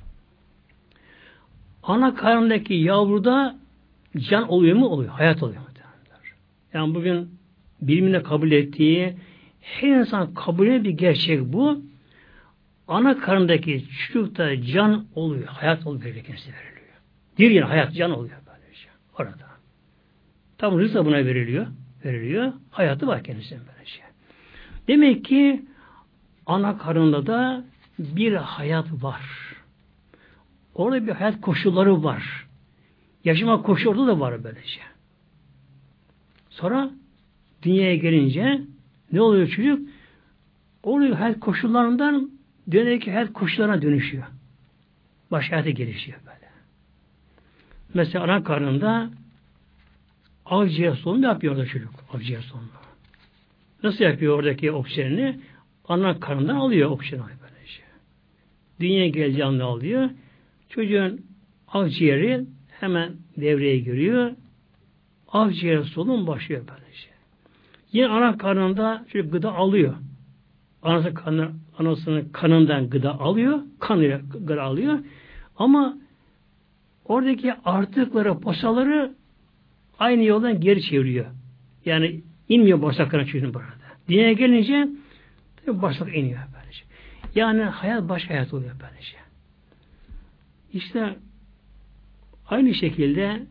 Ana karnındaki yavruda can oluyor mu? Oluyor. Hayat oluyor. Yani bugün bilimine kabul ettiği her insan kabul eden bir gerçek bu. Ana karnındaki çocukta can oluyor. Hayat oluyor. Kendisi veriliyor. Bir yine hayat, can oluyor. Böylece. Orada. Tam rızk da buna veriliyor. Veriliyor. Hayatı var kendisinin böylece. Demek ki ana karnında da bir hayat var. Orada bir hayat koşulları var. Yaşama koşulları da var böylece. Sonra dünyaya gelince ne oluyor çocuk? Oluyor hayat koşullarından dünyadaki hayat koşullarına dönüşüyor. Başka hayata gelişiyor böyle. Mesela ana karnında akciğer solunum yapıyor orada çocuk. Akciğer solunum. Nasıl yapıyor oradaki oksijenini? Ana karnından alıyor oksijeni böylece. Dünyaya geleceği anda alıyor. Çocuğun akciğeri hemen devreye giriyor. Akciğer solunum başlıyor böylece. Yine ana karnında çocuk gıda alıyor. Anası kanı, anasının kanından gıda alıyor. Kanıyla gıda alıyor. Ama oradaki artıkları, posaları aynı yoldan geri çeviriyor. Yani inmiyor bağırsaklarına çocuğun burada. Dünyaya gelince tabi bağırsak iniyor böylece. Yani hayat başka hayat oluyor böylece. İşte aynı şekilde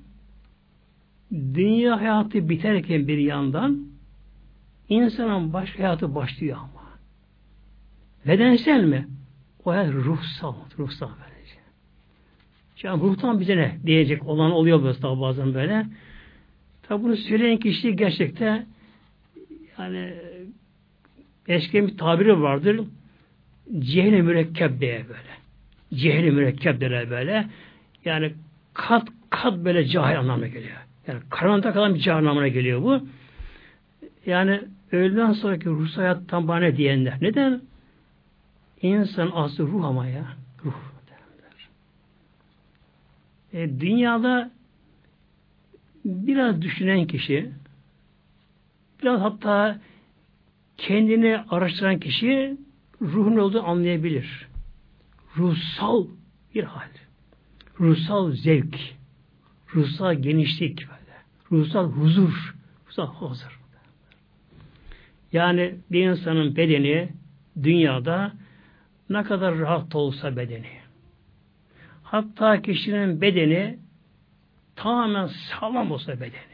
dünya hayatı biterken bir yandan insanın başka hayatı başlıyor ama. Bedensel mi? O hayat ruhsal. Ruhsal böylece. Şimdi ruhtan bize ne diyecek olan oluyor böyle bazen böyle. Tabi bunu söyleyen kişi gerçekten yani Eskiden bir tabiri vardır. Cehli mürekkep diye böyle. Cehli mürekkep derler böyle. Yani kat kat böyle cahil anlamına geliyor. Yani karanlıkta kalan bir cahil anlamına geliyor bu. Yani öğleden sonraki ruh hayat tam bana diyenler. Neden? İnsan aslı ruh ama ya. Ruh. E, dünyada biraz düşünen kişi, biraz hatta kendini araştıran kişi ruhun olduğunu anlayabilir. Ruhsal bir hal. Ruhsal zevk. Ruhsal genişlik böyle. Ruhsal huzur. Ruhsal huzur. Yani bir insanın bedeni dünyada ne kadar rahat olsa bedeni. Hatta kişinin bedeni tamamen sağlam olsa bedeni.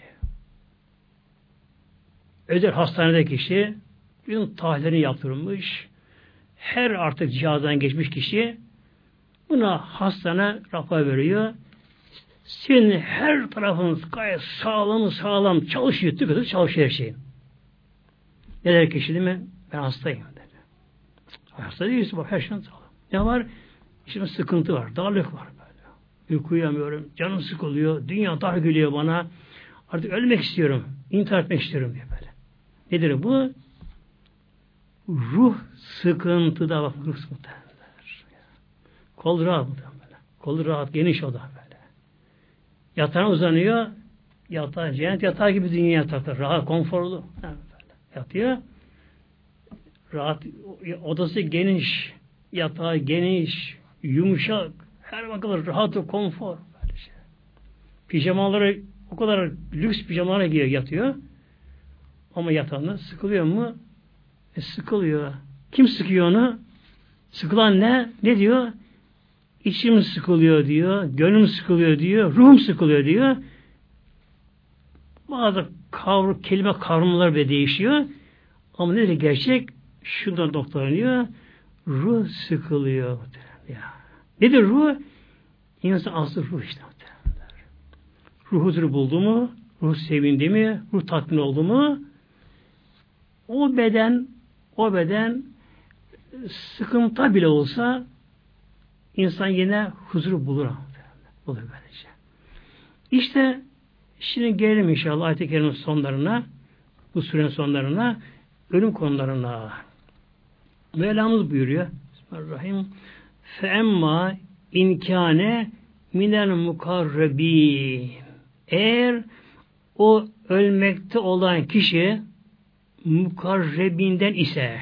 Özel hastanede kişi bütün tahlillerini yaptırılmış. Her artık cihazdan geçmiş kişi buna hastane rapor veriyor. Senin her tarafın gayet sağlam sağlam çalışıyor. Tıkıdır çalışıyor her şeyin. Ne der kişi değil mi? Ben hastayım dedi. Hasta değilsin bak her şeyin sağlam. Ne var? İşte sıkıntı var. Darlık var böyle. Uyku uyuyamıyorum. Canım sıkılıyor. Dünya dar geliyor bana. Artık ölmek istiyorum. İntihar etmek istiyorum diye böyle. Nedir bu? Ruh sıkıntıda bak ruh sıkıntıda. Kol rahat böyle. Kol rahat geniş o da böyle. Yatağına uzanıyor. Yatağı cennet yatağı gibi dünya yatakta. Rahat konforlu. Yani böyle. Yatıyor. Rahat odası geniş. Yatağı geniş. Yumuşak. Her bakımda rahat ve konfor. Böyle şey. Pijamaları o kadar lüks pijamalara giyiyor yatıyor. Ama yatağında sıkılıyor mu? E sıkılıyor. Kim sıkıyor onu? Sıkılan ne? Ne diyor? İçim sıkılıyor diyor. Gönlüm sıkılıyor diyor. Ruhum sıkılıyor diyor. Bazı kavru, kelime kavramlar bile değişiyor. Ama nedir gerçek? Şundan noktalanıyor. Ruh sıkılıyor. Ya. Nedir ruh? İnsan aslı ruh işte. Ruh huzuru buldu mu? Ruh sevindi mi? Ruh tatmin oldu mu? O beden o beden sıkıntı bile olsa insan yine huzuru bulur. Bulur böylece. İşte şimdi gelelim inşallah ayet-i kerimenin sonlarına, bu sürenin sonlarına, ölüm konularına. Mevlamız buyuruyor. Bismillahirrahmanirrahim. Fe emma inkâne minel mukarrebîn. Eğer o ölmekte olan kişi mukarrebinden ise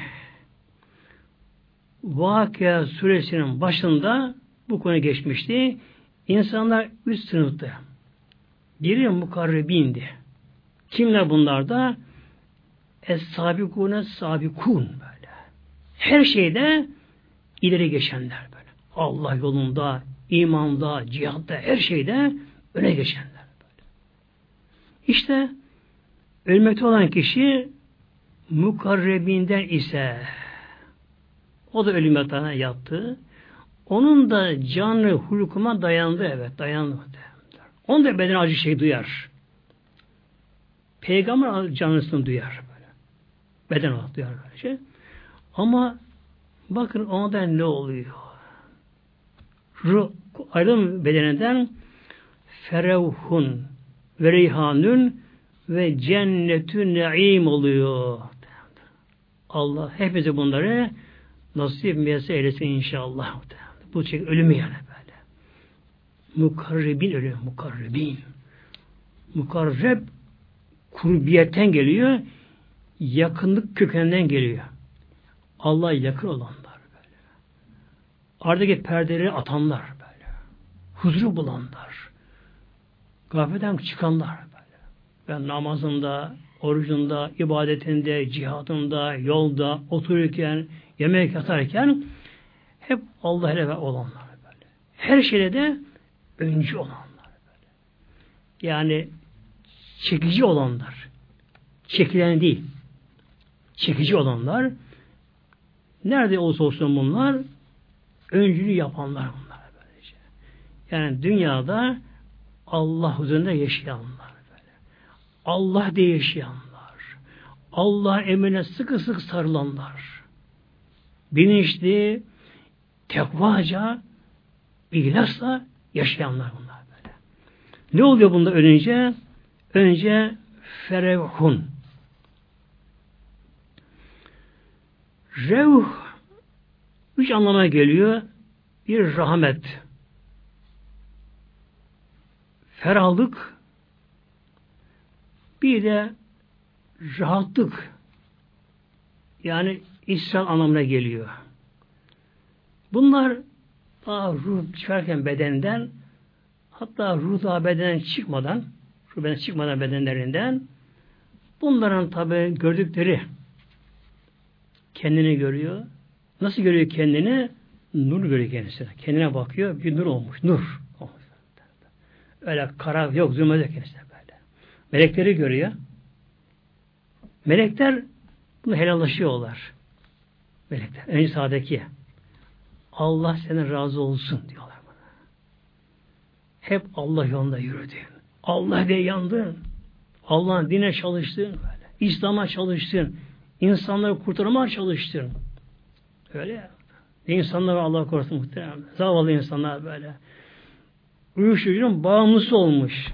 Vakıa suresinin başında bu konu geçmişti. İnsanlar üç sınıfta. Biri mukarrebindi. Kimler bunlar da? Es-sabikûne sabikûn böyle. Her şeyde ileri geçenler böyle. Allah yolunda, imanda, cihatta, her şeyde öne geçenler böyle. İşte ölmekte olan kişi mukarrebinden ise o da ölüm yatağına yattı. Onun da canı hulukuma dayandı evet. Dayandı. Onun da beden acı şey duyar. Peygamber canlısını duyar böyle. Beden olarak duyar böylece. Ama bakın onda ne oluyor? Ruh ayrılım bedeninden ferevhun ve reyhanun ve cennetü ne'im oluyor. Allah hepimize bunları nasip müyesser eylesin inşallah. Bu çek ölümü yani böyle. Mukarrebin ölüyor. Mukarrebin. Mukarreb kurbiyetten geliyor. Yakınlık kökeninden geliyor. Allah'a yakın olanlar böyle. Aradaki perdeleri atanlar böyle. Huzuru bulanlar. Gafletten çıkanlar böyle. Ben namazında, orucunda, ibadetinde, cihadında, yolda, otururken, yemek yatarken hep Allah ile olanlar böyle. Her şeyde de öncü olanlar böyle. Yani çekici olanlar. Çekilen değil. Çekici olanlar. Nerede olsa olsun bunlar öncülü yapanlar bunlar böylece. Yani dünyada Allah huzurunda yaşayanlar böyle. Allah diye yaşayanlar. Allah emrine sıkı sıkı sarılanlar. Bilinçli, tekvaca, ihlasla yaşayanlar bunlar böyle. Ne oluyor bunda önce? Önce ferevhun. Revh üç anlama geliyor. Bir rahmet, ferahlık, bir de rahatlık, yani İslam anlamına geliyor. Bunlar daha ruh çıkarken bedenden, hatta ruh daha bedenden çıkmadan, ruh bedenden çıkmadan bedenlerinden, bunların tabi gördükleri, kendini görüyor. Nasıl görüyor kendini? Nur görüyor kendisine. Kendine bakıyor, bir nur olmuş, nur. Öyle kara yok, zulmet yok kendisine böyle. Melekleri görüyor. Melekler bunu helallaşıyorlar. Melekler. Önce sağdaki. Allah senden razı olsun diyorlar bana. Hep Allah yolunda yürüdün. Allah diye yandın. Allah'ın dine çalıştın. Böyle. İslam'a çalıştın. İnsanları kurtarmaya çalıştın. Öyle ya. İnsanlar Allah korusun muhtemelen. Zavallı insanlar böyle. Uyuşturucunun bağımlısı olmuş.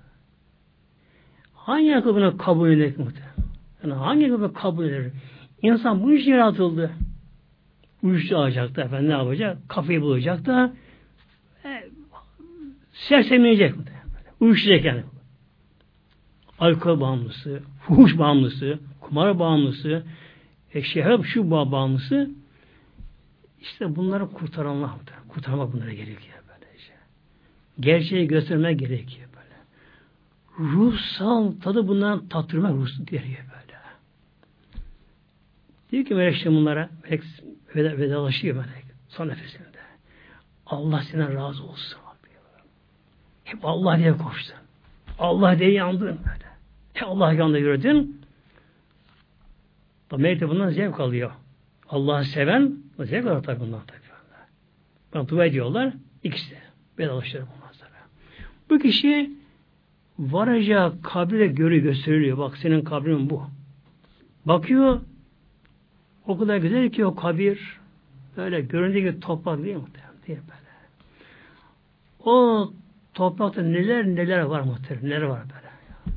Hangi akıl bunu kabul eder muhtemelen? Yani hangi akıl bunu kabul eder? İnsan bu için yaratıldı. Uyuşturucu alacak da efendim ne yapacak? Kafayı bulacak da e, sersemleyecek muhtemelen. Uyuşturacak yani. Alkol bağımlısı, fuhuş bağımlısı, kumar bağımlısı, e, şehir şu bağımlısı. İşte bunları kurtaranlar, kurtarmak bunlara gerekiyor böylece. Gerçeği göstermek gerekiyor böyle. Ruhsal tadı bundan tattırmak ruhsal gerekiyor böyle. Diyor ki melek işte bunlara, melek veda, vedalaşıyor melek son nefesinde. Allah senden razı olsun. Hep Allah diye koştun. Allah diye yandın böyle. Hep Allah yanında yürüdün. Melek de bundan zevk alıyor. Allah'ı seven o zevk alır tabi bundan tabi. Bana dua ediyorlar. İkisi de. Vedalaşıyor bundan sonra. Bu kişi varacağı kabre göre gösteriliyor. Bak senin kabrin bu. Bakıyor o kadar güzel ki o kabir böyle göründüğü gibi toprak değil mi? Değil böyle. O toprakta neler neler var muhtemelen. Neler var böyle.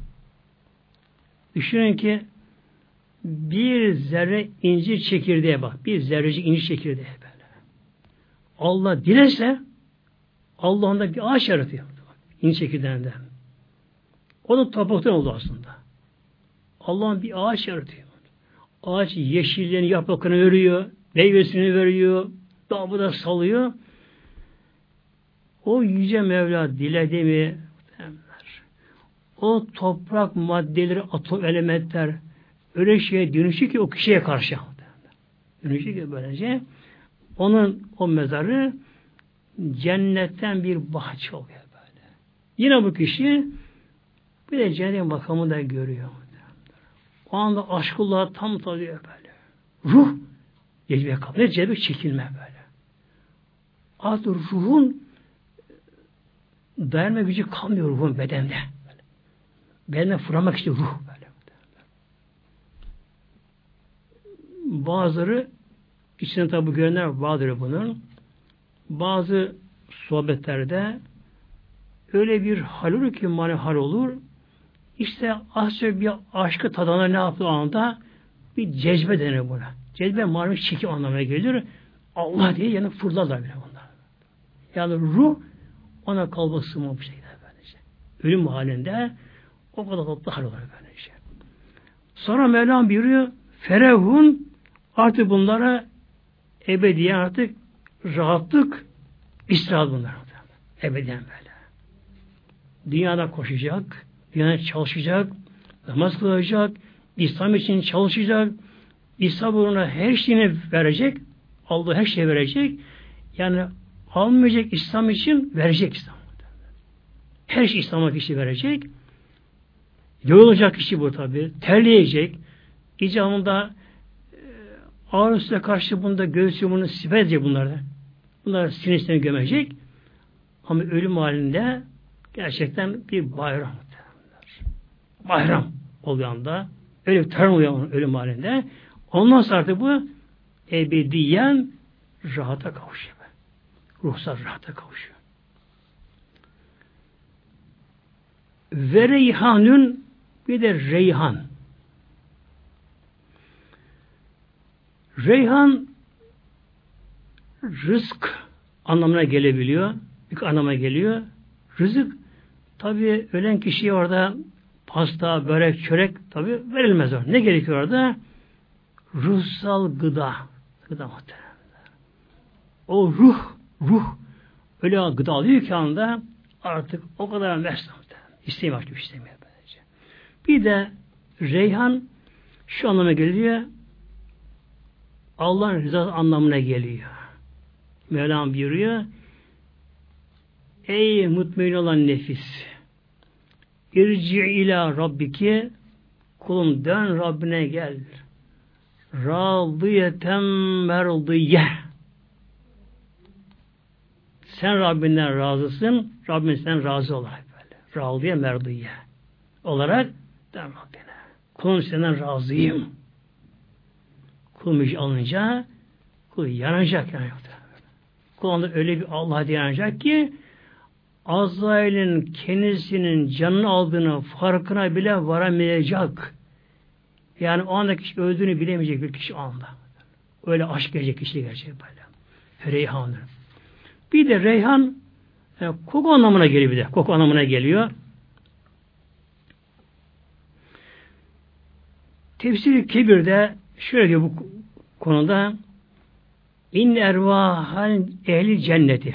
Düşünün ki bir zerre incir çekirdeğe bak. Bir zerrecik incir çekirdeğe böyle. Allah dilerse Allah onda bir ağaç yaratıyor. İncir çekirdeğinden. O da topraktan oldu aslında. Allah'ın bir ağaç yaratıyor. Ağaç yeşillerini, yapraklarını veriyor. Meyvesini veriyor. Damı da salıyor. O yüce Mevla diledi mi o toprak maddeleri, atom elementler öyle şeye dönüşüyor ki o kişiye karşı. Dönüşüyor ki böylece onun o mezarı cennetten bir bahçe oluyor böyle. Yine bu kişi bir de cennet makamı da görüyor. O anda aşkullah'a tam tadıyor böyle. Ruh cezbe kalıyor. Cezbe çekilme böyle. Artık ruhun dayanma gücü kalmıyor ruhun bedende. Böyle. Bedenden fırlamak istiyor ruh böyle. Bazıları içinde tabi görenler vardır bunun. Bazı sohbetlerde öyle bir hal olur ki mani hal olur. İşte aslında bir aşkı tadana ne yaptığı anda bir cezbe denir buna. Cezbe manevi çekim anlamına gelir. Allah diye yanı fırlarlar bile bunlar. Yani ruh ona kalba sığmamış şekilde böylece. Ölüm halinde o kadar tatlı hal olur böylece. Sonra Mevlam buyuruyor ferehun artık bunlara ebediyen artık rahatlık istirahat bunlar. Ebediyen böyle. Dünyada koşacak, dünyada çalışacak, namaz kılacak, İslam için çalışacak, İslam uğruna her şeyini verecek, Allah her şeyi verecek. Yani almayacak İslam için verecek İslam. Her şey İslam'a kişi verecek. Yorulacak kişi bu tabi. Terleyecek. İcabında e, ağır üstüne karşı bunda göğsü bunu siperecek bunlarda. Bunlar sinirlerini gömecek. Ama ölüm halinde gerçekten bir bayram. Bayram oluyor anda Öyle bir tarım oluyor onun ölüm halinde. Ondan sonra artık bu ebediyen rahata kavuşuyor. Ruhsal rahata kavuşuyor. Ve reyhanün bir de reyhan. Reyhan rızk anlamına gelebiliyor. Bir anlama geliyor. Rızık tabi ölen kişiye orada pasta, börek, çörek tabi verilmez orada. Ne gerekiyor orada? Ruhsal gıda. Gıda muhtemelen. O ruh, ruh öyle gıda alıyor ki anda artık o kadar mesle muhtemelen. İstemiyor artık istemiyor. Böylece. Bir de reyhan şu anlama geliyor. Allah'ın rızası anlamına geliyor. Mevlam buyuruyor. Ey mutmain olan nefis, irci ila rabbiki, kulum dön Rabbine gel. Radiyeten merdiye. Sen Rabbinden razısın, Rabbin sen razı olarak böyle. Radiye merdiye olarak dön Rabbine. Kulum senden razıyım. Kulum iş alınca kul yanacak yani. Kulunda öyle bir Allah'a yanacak ki Azrail'in kendisinin canını aldığını farkına bile varamayacak. Yani o anda kişi öldüğünü bilemeyecek bir kişi o anda. Öyle aşk gelecek kişi gerçek böyle. Reyhan'dır. Bir de reyhan e, koku anlamına geliyor bir de. Koku anlamına geliyor. Tefsir-i Kebir'de şöyle diyor bu konuda İn ervahal ehli cenneti.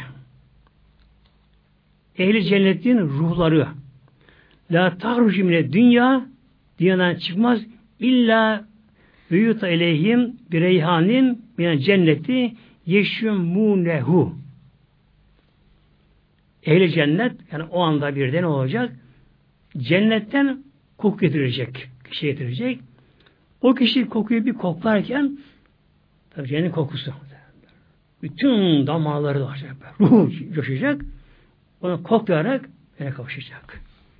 Ehli cennetin ruhları la tahrucu mine dünya dünyadan çıkmaz illa vüyuta ileyhim bir reyhanin mine cenneti yeşumunehu. Ehli cennet yani o anda birden olacak. Cennetten koku getirecek. Kişi getirecek. O kişi kokuyu bir koklarken tabii cennet kokusu. Bütün damarları da olacak. Ruhu coşacak. Onu koklayarak yine kavuşacak.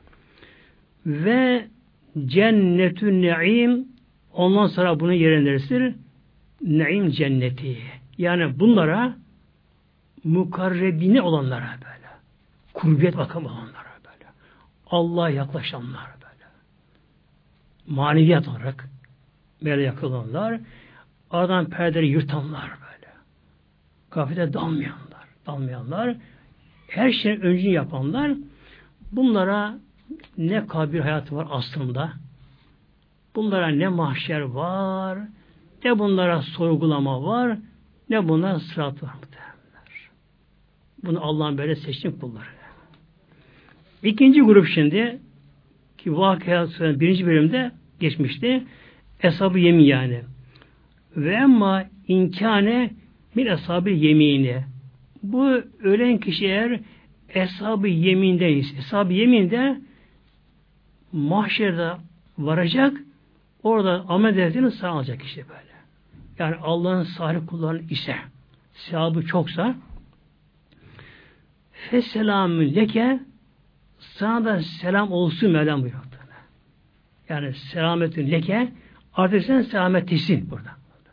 Ve cennetün ne'im ondan sonra bunu yerinlersin ne'im cenneti. Yani bunlara mukarrebine olanlara böyle. Kurbiyet makamı olanlara böyle. Allah'a yaklaşanlar böyle. Maneviyat olarak böyle yakılanlar. Aradan perdeleri yırtanlar böyle. Gaflete dalmayanlar. Dalmayanlar. Her şeyin öncünü yapanlar. Bunlara ne kabir hayatı var aslında. Bunlara ne mahşer var. Ne bunlara sorgulama var. Ne bunlara sırat var. Bunu Allah'ın böyle seçtiği kulları. İkinci grup şimdi ki vakıya birinci bölümde geçmişti. Eshab-ı yemin yani. Ve emma inkâne min eshab-ı yemini. Bu ölen kişi eğer eshab-ı yemindeyiz. Eshab-ı yeminde mahşerde varacak, orada amel defterini sağlayacak işte böyle. Yani Allah'ın salih kulları ise, sevabı çoksa Fesselamün leke sana da selam olsun Mevlam buyuruyor. Yani selametün leke artık sen selametlisin burada.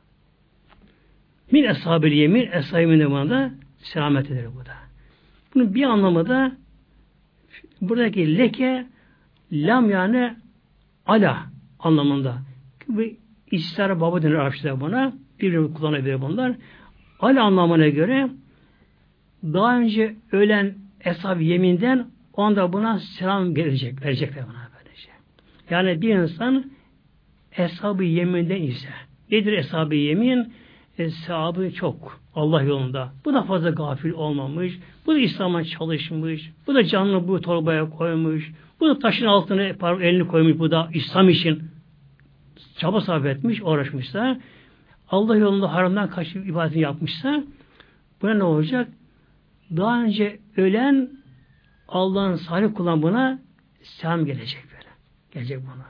Min eshab-ı yemin eshab-ı yemin da selamet eder burada. Bunun bir anlamı da buradaki leke lam yani ala anlamında. Bu İstihara baba denir Arapçada buna. Birbirini kullanabilir bunlar. Ala anlamına göre daha önce ölen eshab-ı yeminden onda buna selam gelecek, verecekler buna böylece. Yani bir insan eshab-ı yeminden ise nedir eshab-ı yemin? E, sahabı çok Allah yolunda. Bu da fazla gafil olmamış. Bu da İslam'a çalışmış. Bu da canını bu torbaya koymuş. Bu da taşın altına elini koymuş. Bu da İslam için çaba sarf etmiş, uğraşmışsa Allah yolunda haramdan kaçıp ibadetini yapmışsa buna ne olacak? Daha önce ölen Allah'ın salih kullan buna selam gelecek böyle. Gelecek buna.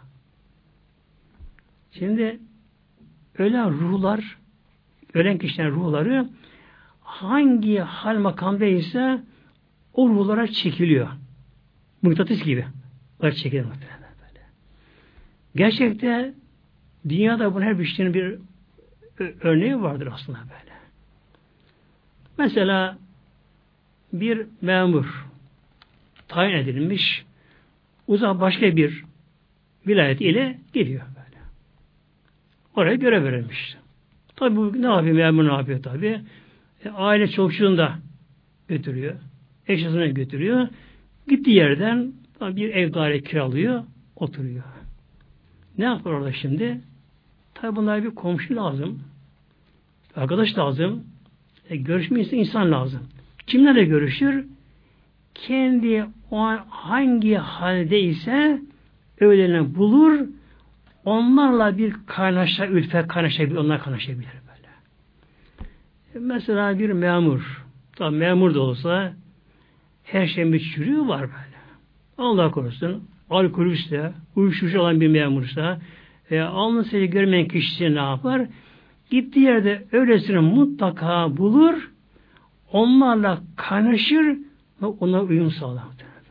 Şimdi ölen ruhlar ölen kişilerin ruhları hangi hal makamdaysa o ruhlara çekiliyor. Mıknatıs gibi. Böyle çekilir muhtemelen böyle. Gerçekte Dünyada bunun her bir şeyin bir örneği vardır aslında böyle. Mesela bir memur tayin edilmiş, uzak başka bir vilayet ile gidiyor böyle. Oraya görev verilmiş. Tabi bu ne yapıyor? Memur ne yapıyor tabi? E, aile çocuğunu da götürüyor. Eşyasını götürüyor. Gittiği yerden bir ev daire kiralıyor, oturuyor. Ne yapar orada şimdi? Tabi bunlara bir komşu lazım. Arkadaş lazım. E, görüşme insan lazım. Kimlerle görüşür? Kendi o an hangi haldeyse öğlerini bulur, onlarla bir kaynaşa, ülfet kaynaşabilir, onlar kaynaşabilir böyle. E, mesela bir memur, tabi memur da olsa her şeyin bir çürüğü var böyle. Allah korusun, alkolüste, uyuşturucu olan bir memursa, e, alnı seni görmeyen kişi ne yapar? Gittiği yerde öylesini mutlaka bulur, onlarla kaynaşır ve ona uyum sağlar.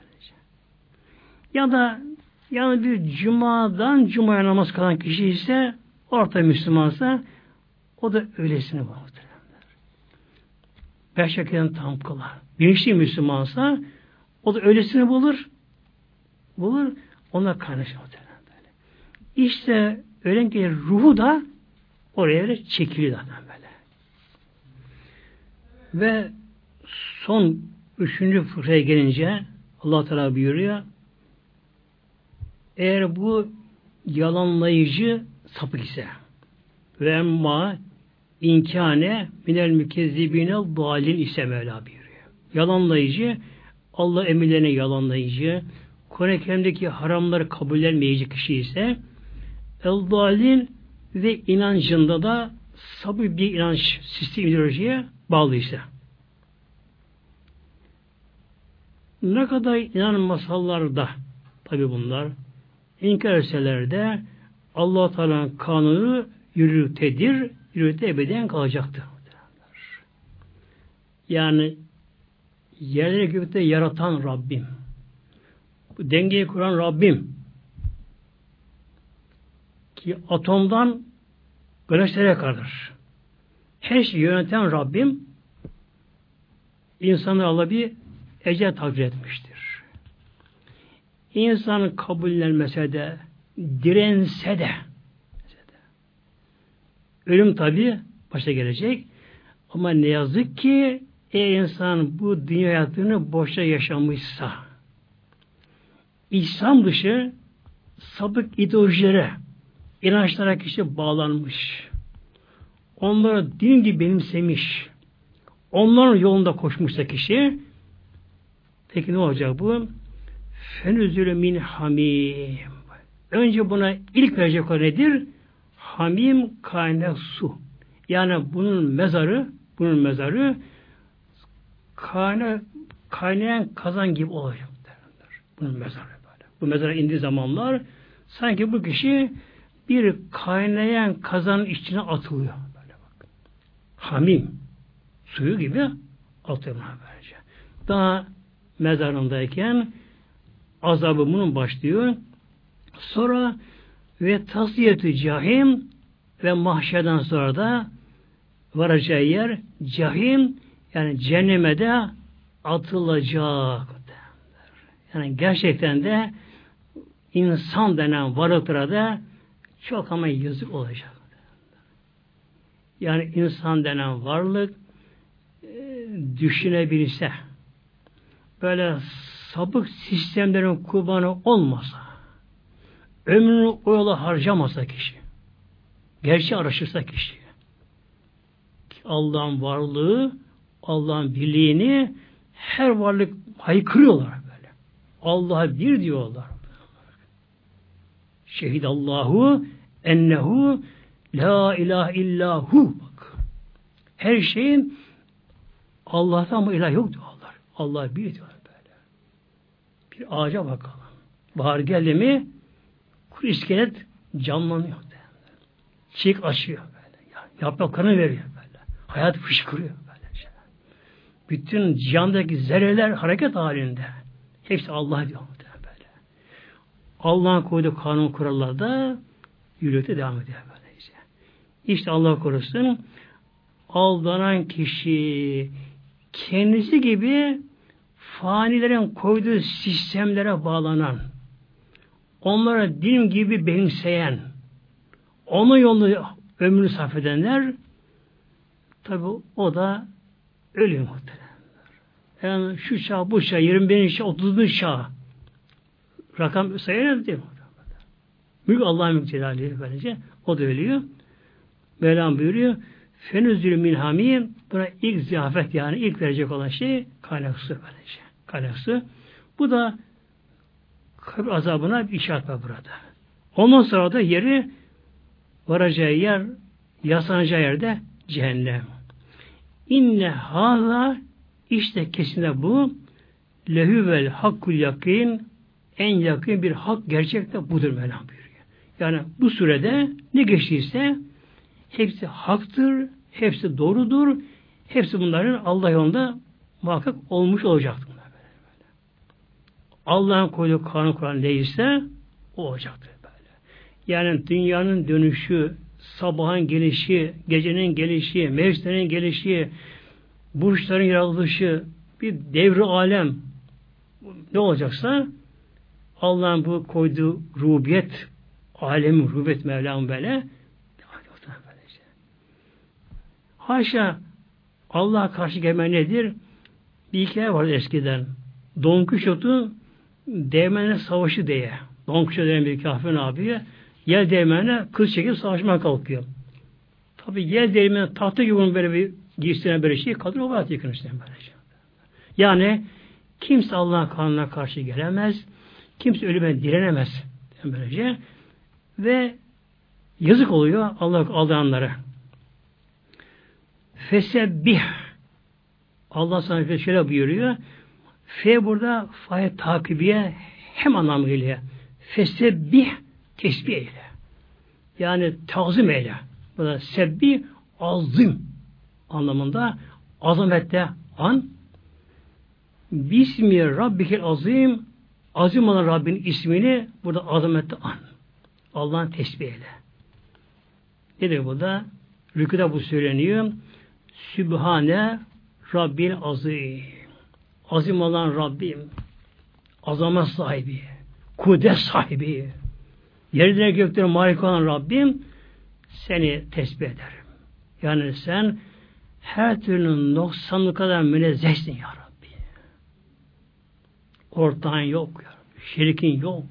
Ya da yani bir cumadan cumaya namaz kılan kişi ise orta Müslümansa o da öylesini bulur. Beş vakitten tam kılar. Bilinçli Müslümansa o da öylesini bulur. Bulur. Ona kaynaşır. İşte ölen ki ruhu da oraya öyle çekiliyor zaten böyle. Ve son üçüncü fıkraya gelince Allah Teala buyuruyor, eğer bu yalanlayıcı sapık ise ve emma inkâne minel mükezzibine dalil ise Mevla buyuruyor. Yalanlayıcı, Allah emirlerine yalanlayıcı, Kur'an-ı Kerim'deki haramları kabullenmeyici kişi ise el dalil ve inancında da sapık bir inanç sistem ideolojiye bağlıysa. Ne kadar inanmasalar tabi bunlar inkar etseler de Allah Teala'nın kanunu yürürtedir, yürürte ebeden kalacaktır. Yani yerleri gökte yaratan Rabbim, bu dengeyi kuran Rabbim, ki atomdan galaksilere kadar her şeyi yöneten Rabbim insanı Allah bir ecel takdir etmiştir. İnsan kabullenmese de, dirense de, ölüm tabi başa gelecek. Ama ne yazık ki eğer insan bu dünya hayatını boşa yaşamışsa, İslam dışı sapık ideolojilere, inançlara kişi bağlanmış, onları din gibi benimsemiş, onların yolunda koşmuşsa kişi, peki ne olacak bu? Fenüzülü min hamim. Önce buna ilk verecek o nedir? Hamim kaynak su. Yani bunun mezarı, bunun mezarı kayna, kaynayan kazan gibi olacak derler. Bunun mezarı böyle. Bu mezara indiği zamanlar sanki bu kişi bir kaynayan kazanın içine atılıyor. Böyle bak. Hamim. Suyu gibi atıyor böylece. Daha mezarındayken azabı bunun başlıyor. Sonra ve tasdiyetü cahim ve mahşerden sonra da varacağı yer cahim, yani cehenneme de atılacak. Yani gerçekten de insan denen varlıklara da çok ama yazık olacak. Yani insan denen varlık e, düşünebilse, böyle sapık sistemlerin kurbanı olmasa, ömrünü o yola harcamasa kişi, gerçeği araştırsa kişi, Allah'ın varlığı, Allah'ın birliğini her varlık haykırıyorlar böyle. Allah'a bir diyorlar. Şehidallahu ennehu la ilahe illahu. Bak. Her şeyin Allah'tan mı ilah yok diyorlar. Allah bir diyorlar böyle. Bir ağaca bakalım. Bahar geldi mi kuru iskelet canlanıyor. Çiçek açıyor böyle. Yapraklarını veriyor böyle. Hayat fışkırıyor böyle. Şey. Bütün cihandaki zerreler hareket halinde. Hepsi Allah diyor böyle. Allah'ın koyduğu kanun kurallarda yürüyüşe devam ediyor böylece. İşte Allah korusun aldanan kişi kendisi gibi fanilerin koyduğu sistemlere bağlanan, onlara din gibi benimseyen, onun yolunu ömrünü sarf edenler, tabi o da ölüyor muhtemelen. Yani şu çağ, bu çağ, yirmi birinci çağ, otuzuncu çağ rakam sayılır değil mi? Mülk Allah'ın mülk celali böylece. O da ölüyor. Mevlam buyuruyor. Fenüzül minhamiyim. Buna ilk ziyafet yani ilk verecek olan şey kaynak su böylece. Kaynak su. Bu da kabir azabına bir işaret var burada. Ondan sonra da yeri varacağı yer, yaslanacağı yerde cehennem. İnne hâzâ işte kesinlikle bu lehüvel hakkul yakîn en yakın bir hak gerçekte budur Mevlam buyuruyor. Yani bu sürede ne geçtiyse hepsi haktır, hepsi doğrudur, hepsi bunların Allah yolunda muhakkak olmuş olacaktır. Allah'ın koyduğu kanun Kur'an neyse o olacaktır böyle. Yani dünyanın dönüşü, sabahın gelişi, gecenin gelişi, mevsimlerin gelişi, burçların yaratılışı, bir devri alem ne olacaksa Allah'ın bu koyduğu rububiyet, alemi rububiyet Mevlam böyle haşa Allah'a karşı gelme nedir? Bir hikaye var eskiden. Don Kişot'un Değmen'e savaşı diye. Don Kişot denen bir kafir abiye yel değmen'e kız çekip savaşmaya kalkıyor. Tabi yel değmen'e tahta gibi onun böyle bir giysine böyle şey kadın o kadar yakın işte böyle şey. Yani kimse Allah'ın kanununa karşı gelemez. Kimse ölüme direnemez. Böylece. Ve yazık oluyor Allah aldananlara. Fesebbih Allah sana şöyle buyuruyor. Fe burada fayet takibiye hem anlamı geliyor. Fesebbih tesbih eyle. Yani tazim eyle. Burada sebbih azim anlamında azamette an. Bismi Rabbikel azim azim olan Rabbin ismini burada azamette an. Allah'ın tesbih eyle. Nedir bu da? Rüküde bu söyleniyor. Sübhane Rabbil azim. Azim olan Rabbim. Azamet sahibi. Kudret sahibi. Yerine göklerin malik olan Rabbim seni tesbih ederim. Yani sen her türlü noksanlık kadar münezzehsin ya Rabbi. Ortağın yok ya Rabbi. Şerikin yok.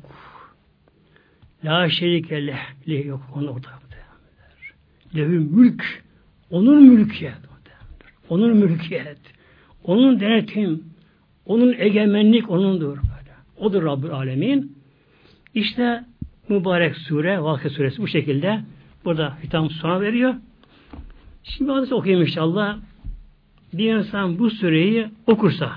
La şerike leh yok. Onun ortağı. Lehü mülk. Onun mülkiyet. Onun mülkiyet. Onun denetim. Onun egemenlik onundur. Böyle. Odur Rabbül Alemin. İşte mübarek sure, Vakıa suresi bu şekilde burada hitam sona veriyor. Şimdi hadis okuyayım inşallah. Bir insan bu sureyi okursa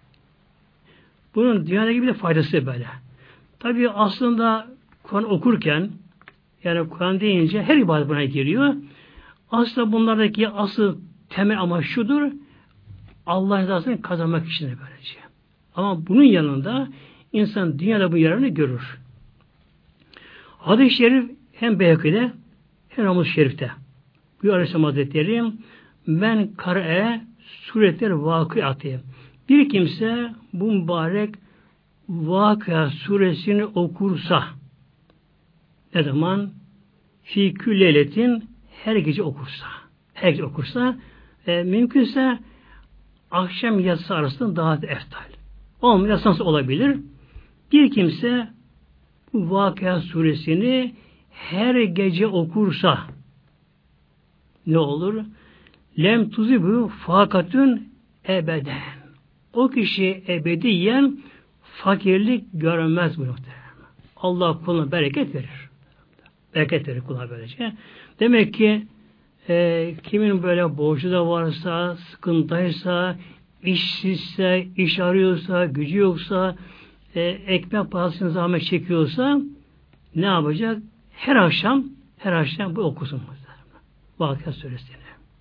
bunun dünyadaki bir de faydası böyle. Tabi aslında Kur'an okurken yani Kur'an deyince her ibadet buna giriyor. Aslında bunlardaki asıl temel amaç şudur. Allah rızasını kazanmak için böylece. Ama bunun yanında insan dünyada bu yararını görür. Hadis-i şerif hem Beyhakî'de hem Ramuz-i Şerif'te. Bu Aleyhisselam Hazretleri ben kara'e suretler vakıatı. Bir kimse bu mübarek Vakıa suresini okursa ne zaman? Fî külleyletin her gece okursa. Her gece okursa e, mümkünse akşam yatsı arasında daha da eftal. Olmuyor, nasıl olabilir? Bir kimse bu Vakıa suresini her gece okursa ne olur? Lem tuzibu fakatün ebeden. O kişi ebediyen fakirlik görmez bu muhtemelen. Allah kuluna bereket verir. Bereket verir kuluna böylece. Demek ki e, kimin böyle borcu da varsa, sıkıntıysa, işsizse, iş arıyorsa, gücü yoksa, e, ekmek parasını zahmet çekiyorsa ne yapacak? Her akşam her akşam bu okusun. Vakıa suresini.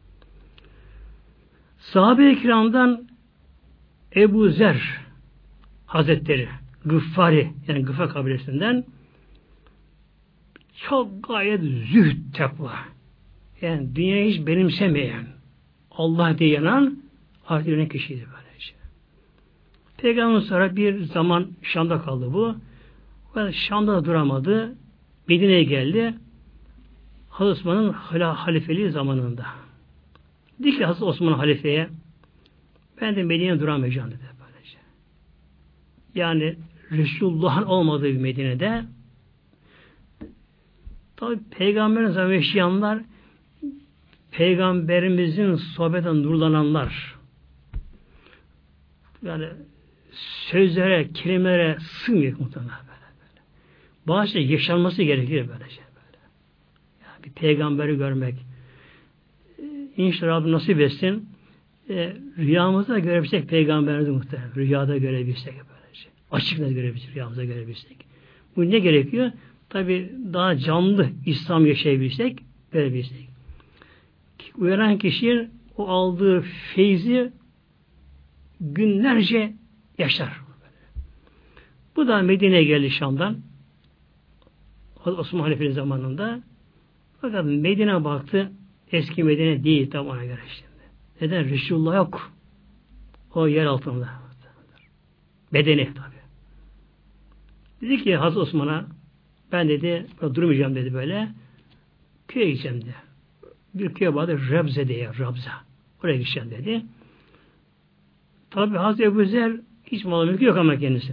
Sahabe-i kiramdan Ebu Zer Hazretleri Gıffari yani Gıffar kabilesinden çok gayet zühd takva. Yani dünyayı hiç benimsemeyen, Allah diye yanan ahirete yönelik kişiydi böylece. Peygamber sonra bir zaman Şam'da kaldı bu. Ve Şam'da da duramadı. Medine'ye geldi. Hazreti Osman'ın halifeliği zamanında. Dedi ki Hazreti Osman halifeye, ben de Medine'ye duramayacağım dedi böylece. Yani Resulullah'ın olmadığı bir Medine'de tabi Peygamberin zamanı yaşayanlar, Peygamberimizin sohbetinden nurlananlar, yani sözlere, kelimelere sığmıyor muhtemelen böyle, böyle. Bazı şey yaşanması gerekir böylece böyle. Yani bir peygamberi görmek. İnşallah Rabbim nasip etsin. E, rüyamızda görebilsek peygamberimizi muhtemelen. Rüyada görebilsek böylece. Açık net görebilsek, rüyamızda görebilsek. Bu ne gerekiyor? Tabi daha canlı İslam yaşayabilsek, görebilsek. Uyanan kişi o aldığı feyzi günlerce yaşar. Bu da Medine'ye geldi Şam'dan. Osman Halife'nin zamanında. Fakat Medine baktı, eski Medine değil tam ona göre şimdi. Neden? Resulullah yok. O yer altında. Bedeni tabi. Dedi ki Hazreti Osman'a, ben dedi durmayacağım dedi böyle. Köye gideceğim dedi. Bir köye vardı Rabze diye, Rabza. Oraya gideceğim dedi. Tabi Hazreti Ebu Zer hiç malı mülkü yok ama kendisi.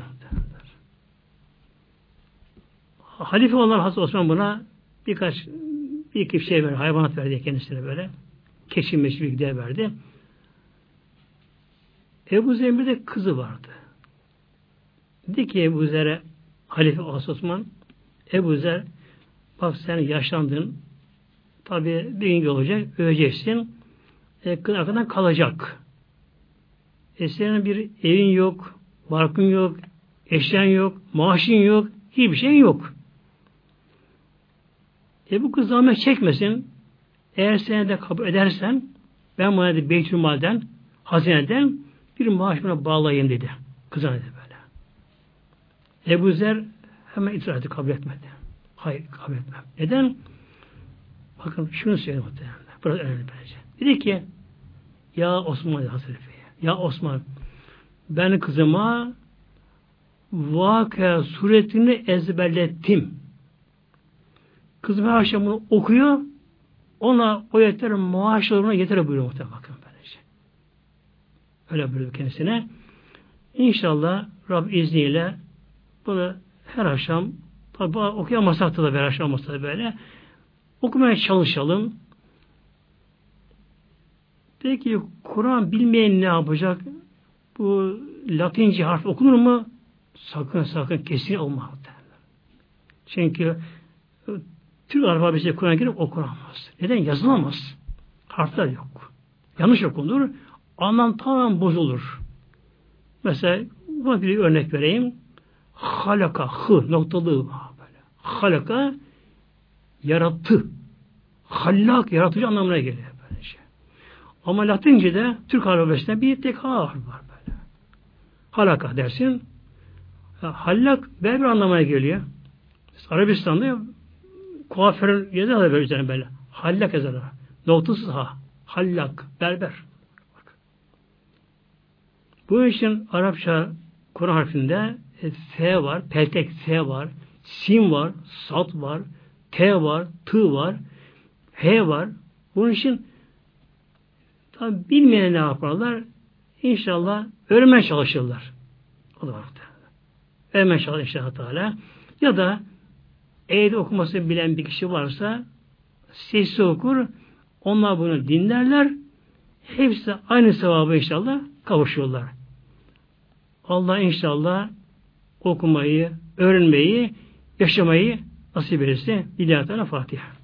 Halife olan Hazreti Osman buna birkaç bir iki şey verdi, hayvanat verdi kendisine böyle. Keçi meşri bir gider verdi. Ebu Zer'in bir de kızı vardı. Dedi ki Ebu Zer'e Halife Osman, Ebu Zer bak sen yaşlandın, tabi bir gün olacak, öleceksin, e, kız arkadan kalacak. E senin bir evin yok, barkın yok, eşyan yok, maaşın yok, hiçbir şey yok. E bu kız zahmet çekmesin. Eğer sen de kabul edersen ben bana de Beytülmal'den, hazineden bir maaş buna bağlayayım dedi. Kızına dedi böyle. Ebu Zer hemen itiraz etti, kabul etmedi. Hayır, kabul etmem. Neden? Bakın şunu söyleyeyim muhtemelen. Burası önemli bence. Dedi ki ya Osman Hazretleri, ya Osman ben kızıma Vakıa suretini ezberlettim. Kızım her akşam bunu okuyor, ona o yeter maaşlarına yeter buyuruyor muhtemelen. Bakın böylece. Öyle buyuruyor kendisine. İnşallah Rab izniyle bunu her akşam tabi okuyamazsak da bir akşam olmasa da böyle okumaya çalışalım. Peki Kur'an bilmeyen ne yapacak? Bu Latince harf okunur mu? Sakın sakın kesin olmaz. Çünkü Türk alfabesiyle Kur'an girip okunamaz. Neden? Yazılamaz. Harfler yok. Yanlış okunur. Anlam tamamen bozulur. Mesela buna bir örnek vereyim. Halaka, hı, noktalı böyle. Halaka yarattı. Hallak, yaratıcı anlamına geliyor böyle şey. Ama Latince'de Türk alfabesinde bir tek ha harfi var böyle. Halaka dersin. Hallak berber anlamına geliyor. Arabistan'da kuaförün yazı da böyle üzerine böyle. Hallak yazarlar. Noktasız ha. Hallak, berber. Bak. Bu için Arapça Kur'an harfinde e, F var, peltek F var, Sin var, Sat var, T var, T var, H var. Bunun için tabi bilmeyen ne yaparlar? İnşallah öğrenmeye çalışırlar. O da var. Öğrenmeye çalışırlar inşallah Teala. Ya da eğer okuması bilen bir kişi varsa sessiz okur, onlar bunu dinlerler, hepsi aynı sevaba inşallah kavuşuyorlar. Allah inşallah okumayı, öğrenmeyi, yaşamayı nasip ederse. İlahi Teala Fatiha.